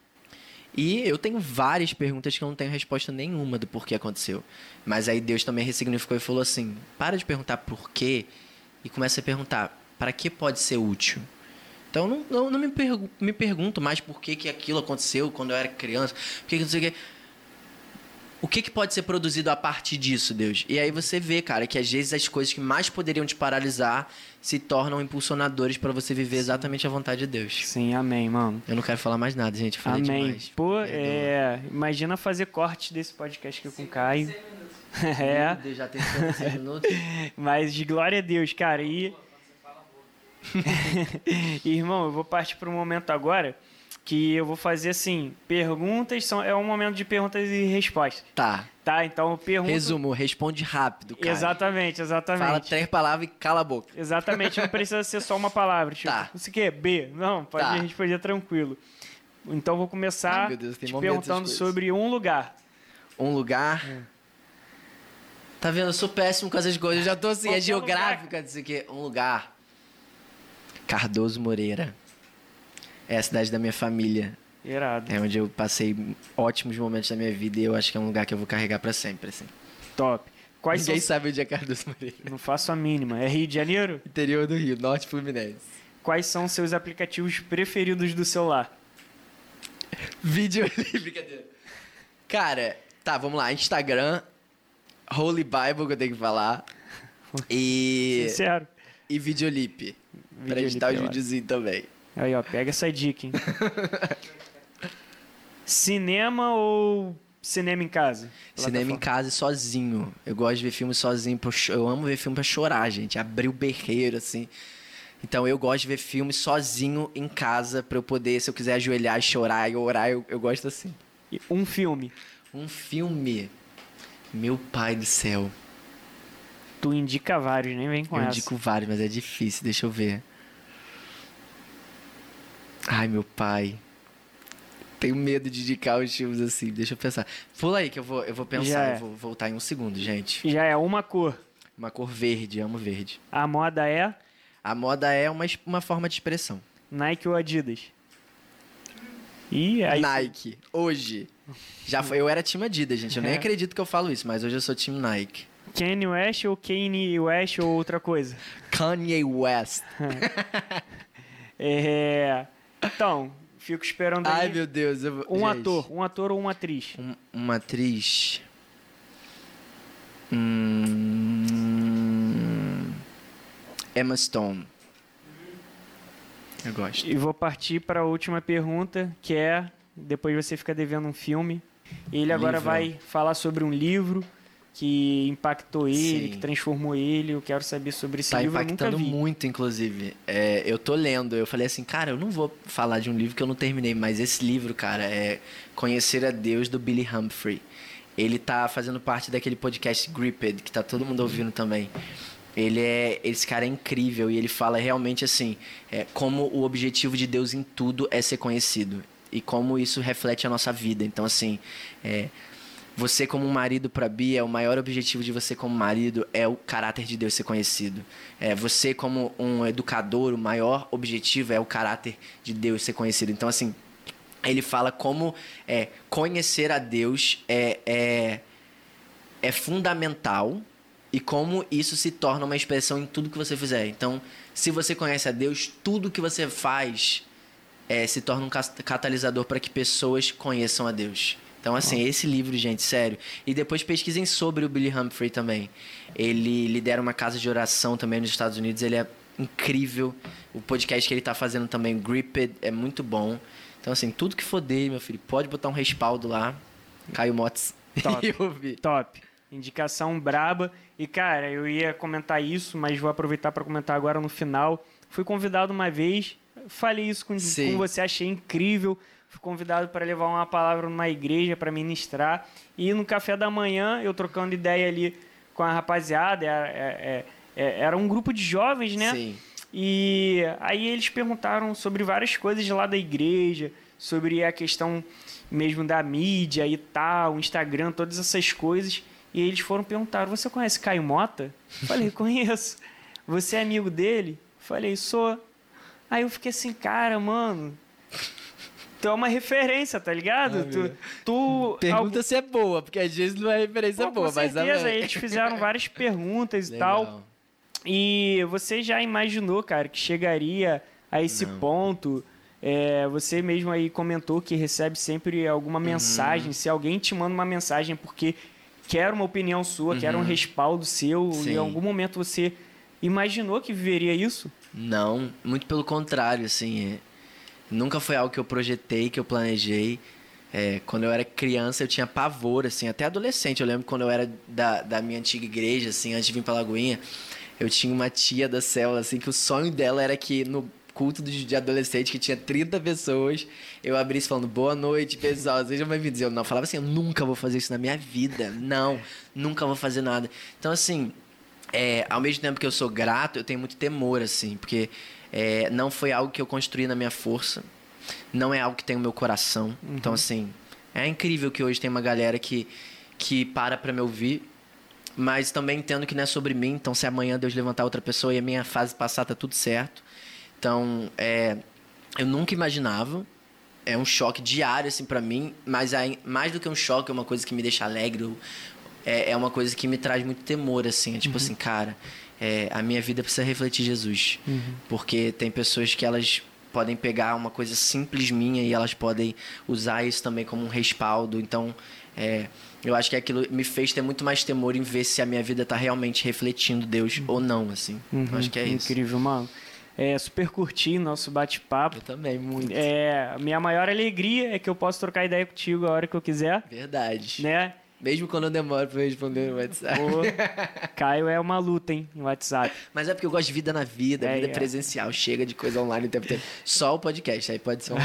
E eu tenho várias perguntas que eu não tenho resposta nenhuma do porquê aconteceu. Mas aí Deus também ressignificou e falou assim, para de perguntar por quê e começa a perguntar, para que pode ser útil? Então, não, não, não me, pergu- me pergunto mais por que, que aquilo aconteceu quando eu era criança, por que que não sei o quê. O que, que pode ser produzido a partir disso, Deus? E aí você vê, cara, que às vezes as coisas que mais poderiam te paralisar se tornam impulsionadores para você viver exatamente a vontade de Deus. Sim, amém, mano. Eu não quero falar mais nada, gente. Eu falei amém. demais. Pô, Perdoa. é, imagina fazer cortes desse podcast aqui com o Caio. É. Meu Deus, já tem cinquenta e seis minutos. Mas de glória a Deus, cara. E... Irmão, eu vou partir para um momento agora que eu vou fazer assim, perguntas, são, é um momento de perguntas e respostas. Tá. Tá, então eu pergunto... Resumo, responde rápido, cara. Exatamente, exatamente. Fala três palavras e cala a boca. Exatamente, não precisa ser só uma palavra. Tipo, Tá. isso aqui é B? Não, pode Tá. responder tranquilo. Então eu vou começar Ai, meu Deus, tem te mó medo dessas perguntando coisas. sobre um lugar. Um lugar... É. Tá vendo? Eu sou péssimo com essas coisas. Eu já tô assim, é Qualquer geográfica, disso aqui. Um lugar. Cardoso Moreira. É a cidade da minha família. Irado. É onde eu passei ótimos momentos da minha vida e eu acho que é um lugar que eu vou carregar pra sempre, assim. Top. Quais Ninguém são... sabe onde é Cardoso Moreira. Não faço a mínima. É Rio de Janeiro? Interior do Rio, Norte Fluminense. Quais são seus aplicativos preferidos do celular? Vídeo brincadeira. Cara, tá, vamos lá. Instagram, Holy Bible, que eu tenho que falar. E. Sincero. E Videolip. Pra Videolip, editar os eu acho. videozinhos também. Aí, ó, pega essa dica, hein? Cinema ou cinema em casa? Cinema em casa e sozinho. Eu gosto de ver filme sozinho. pra eu cho- Eu amo ver filme pra chorar, gente. Abrir o berreiro, assim. Então eu gosto de ver filme sozinho em casa pra eu poder, se eu quiser ajoelhar e chorar e orar, eu, eu gosto assim. E um filme. Um filme. Meu pai do céu. Tu indica vários, nem vem com Eu essa. indico vários, mas é difícil. Deixa eu ver. Ai, meu pai. Tenho medo de indicar os filmes assim. Deixa eu pensar. Pula aí que eu vou, eu vou Já pensar. é. Eu vou voltar em um segundo, gente. Já é uma cor. Uma cor verde. Amo verde. A moda é A moda é uma, es- uma forma de expressão. Nike ou Adidas? E aí... Nike. Hoje. Já foi, eu era time Adidas, gente. Eu nem É. acredito que eu falo isso, mas hoje eu sou time Nike. Kanye West ou Kanye West ou outra coisa? Kanye West. É... Então, fico esperando aí. Ai, meu Deus. Eu vou- Um gente, ator. Um ator ou uma atriz? um- uma atriz. Hum... Emma Stone. Eu gosto. E vou partir para a última pergunta, que é... Depois você fica devendo um filme. Ele agora Livro. vai falar sobre um livro que impactou ele, Sim. que transformou ele. Eu quero saber sobre esse Tá livro, eu nunca impactando vi. muito, inclusive. É, eu tô lendo, eu falei assim, cara, eu não vou falar de um livro que eu não terminei, mas esse livro, cara, é Conhecer a Deus, do Billy Humphrey. Ele tá fazendo parte daquele podcast Gripped, que tá todo mundo ouvindo também. Ele é, esse cara é incrível e ele fala realmente assim, é, como o objetivo de Deus em tudo é ser conhecido. E como isso reflete a nossa vida. Então, assim, é, você como um marido para Bia, o maior objetivo de você como marido é o caráter de Deus ser conhecido. É, você como um educador, o maior objetivo é o caráter de Deus ser conhecido. Então, assim, ele fala como é, conhecer a Deus é, é, é fundamental e como isso se torna uma expressão em tudo que você fizer. Então, se você conhece a Deus, tudo que você faz é, se torna um cas- catalisador para que pessoas conheçam a Deus. Então, assim, esse livro, gente, sério. E depois pesquisem sobre o Billy Humphrey também. Ele lidera uma casa de oração também nos Estados Unidos. Ele é incrível. O podcast que ele tá fazendo também, Gripped, é muito bom. Então, assim, tudo que for dele, meu filho, pode botar um respaldo lá. Caio Motes. Top. E ouvir. Top. Indicação braba. E, cara, eu ia comentar isso, mas vou aproveitar para comentar agora no final. Fui convidado uma vez, falei isso com, Sim. com você, achei incrível. Fui convidado para levar uma palavra numa igreja para ministrar. E no café da manhã, eu trocando ideia ali com a rapaziada, era, é- é- era um grupo de jovens, né? Sim. E aí eles perguntaram sobre várias coisas lá da igreja, sobre a questão mesmo da mídia e tal, Instagram, todas essas coisas. E eles foram perguntar: você conhece Caio Mota? Falei, conheço. Você é amigo dele? Falei, sou. Aí eu fiquei assim, cara, mano, tu é uma referência, tá ligado? Ai, tu, meu. tu Pergunta se é boa, porque às vezes não é referência Pô, boa, com mas certeza, amém. eles fizeram várias perguntas e Legal. tal. E você já imaginou, cara, que chegaria a esse Não. ponto É, você mesmo aí comentou que recebe sempre alguma mensagem. Uhum. Se alguém te manda uma mensagem porque quer uma opinião sua, uhum. quer um respaldo seu, Sim. em algum momento você imaginou que viveria isso? Não, muito pelo contrário, assim. É, nunca foi algo que eu projetei, que eu planejei. É, quando eu era criança, eu tinha pavor, assim, até adolescente. Eu lembro quando eu era da, da minha antiga igreja, assim, antes de vir pra Lagoinha, eu tinha uma tia da célula, assim, que o sonho dela era que no culto de adolescente, que tinha trinta pessoas, eu abrisse falando, boa noite, pessoal, sejam bem-vindos. Eu não falava assim, eu nunca vou fazer isso na minha vida. Não, nunca vou fazer nada. Então, assim, é, ao mesmo tempo que eu sou grato, eu tenho muito temor, assim, porque é, não foi algo que eu construí na minha força, não é algo que tem no meu coração. Uhum. Então, assim, é incrível que hoje tem uma galera que, que para pra me ouvir, mas também entendo que não é sobre mim. Então, se amanhã Deus levantar outra pessoa e a minha fase passar, tá tudo certo. Então, é, eu nunca imaginava. É um choque diário, assim, pra mim. Mas é, mais do que um choque, é uma coisa que me deixa alegre. É, é uma coisa que me traz muito temor, assim. É tipo uhum. assim, cara, é, a minha vida precisa refletir Jesus. Uhum. Porque tem pessoas que elas podem pegar uma coisa simples minha e elas podem usar isso também como um respaldo. Então, é, eu acho que aquilo me fez ter muito mais temor em ver se a minha vida tá realmente refletindo Deus uhum. ou não, assim. Uhum. Eu acho que é Incrível, isso. Incrível, mano. É, super curti nosso bate-papo. Eu também, muito. É, a minha maior alegria é que eu posso trocar ideia contigo a hora que eu quiser. Verdade. Né? Mesmo quando eu demoro pra responder no WhatsApp. Pô, Caio é uma luta, hein, no WhatsApp. Mas é porque eu gosto de vida na vida, é, vida é. presencial. Chega de coisa online o tempo inteiro. Só o podcast, aí pode ser um...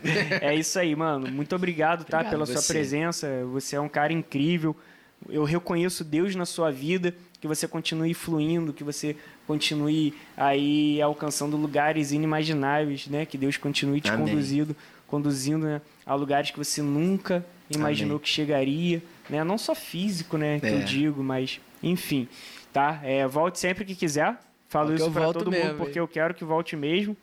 É isso aí, mano. Muito obrigado, tá, obrigado pela você. sua presença. Você é um cara incrível. Eu reconheço Deus na sua vida, que você continue fluindo, que você continue aí alcançando lugares inimagináveis, né? Que Deus continue te Amém. conduzindo, conduzindo, né, a lugares que você nunca imaginou Amém. que chegaria, né? Não só físico, né, que é. eu digo, mas enfim, tá? É, volte sempre que quiser. Falo Porque isso para todo mesmo, mundo porque hein? eu quero que volte mesmo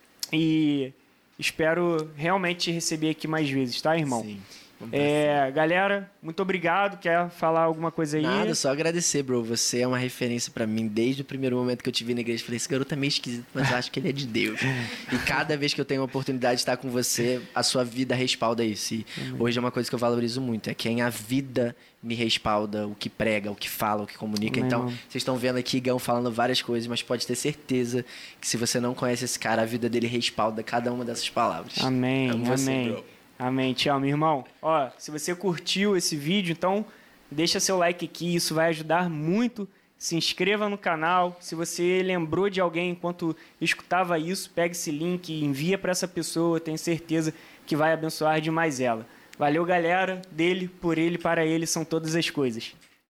e espero realmente te receber aqui mais vezes, tá, irmão? Sim. É, galera, muito obrigado. Quer falar alguma coisa aí? Nada, só agradecer, bro. Você é uma referência pra mim desde o primeiro momento que eu te vi na igreja. Falei, esse garoto é meio esquisito, mas eu acho que ele é de Deus. E cada vez que eu tenho a oportunidade de estar com você, a sua vida respalda isso. E hoje é uma coisa que eu valorizo muito, é quem a vida me respalda, o que prega, o que fala, o que comunica. Amém, então, mano. vocês estão vendo aqui Igão falando várias coisas, mas pode ter certeza que se você não conhece esse cara, a vida dele respalda cada uma dessas palavras. Amém, Amo você, amém. bro. Amém. Tchau, meu irmão. Ó, se você curtiu esse vídeo, então deixa seu like aqui, isso vai ajudar muito. Se inscreva no canal. Se você lembrou de alguém enquanto escutava isso, pega esse link e envia para essa pessoa. Tenho certeza que vai abençoar demais ela. Valeu, galera. Dele, por ele, para ele são todas as coisas.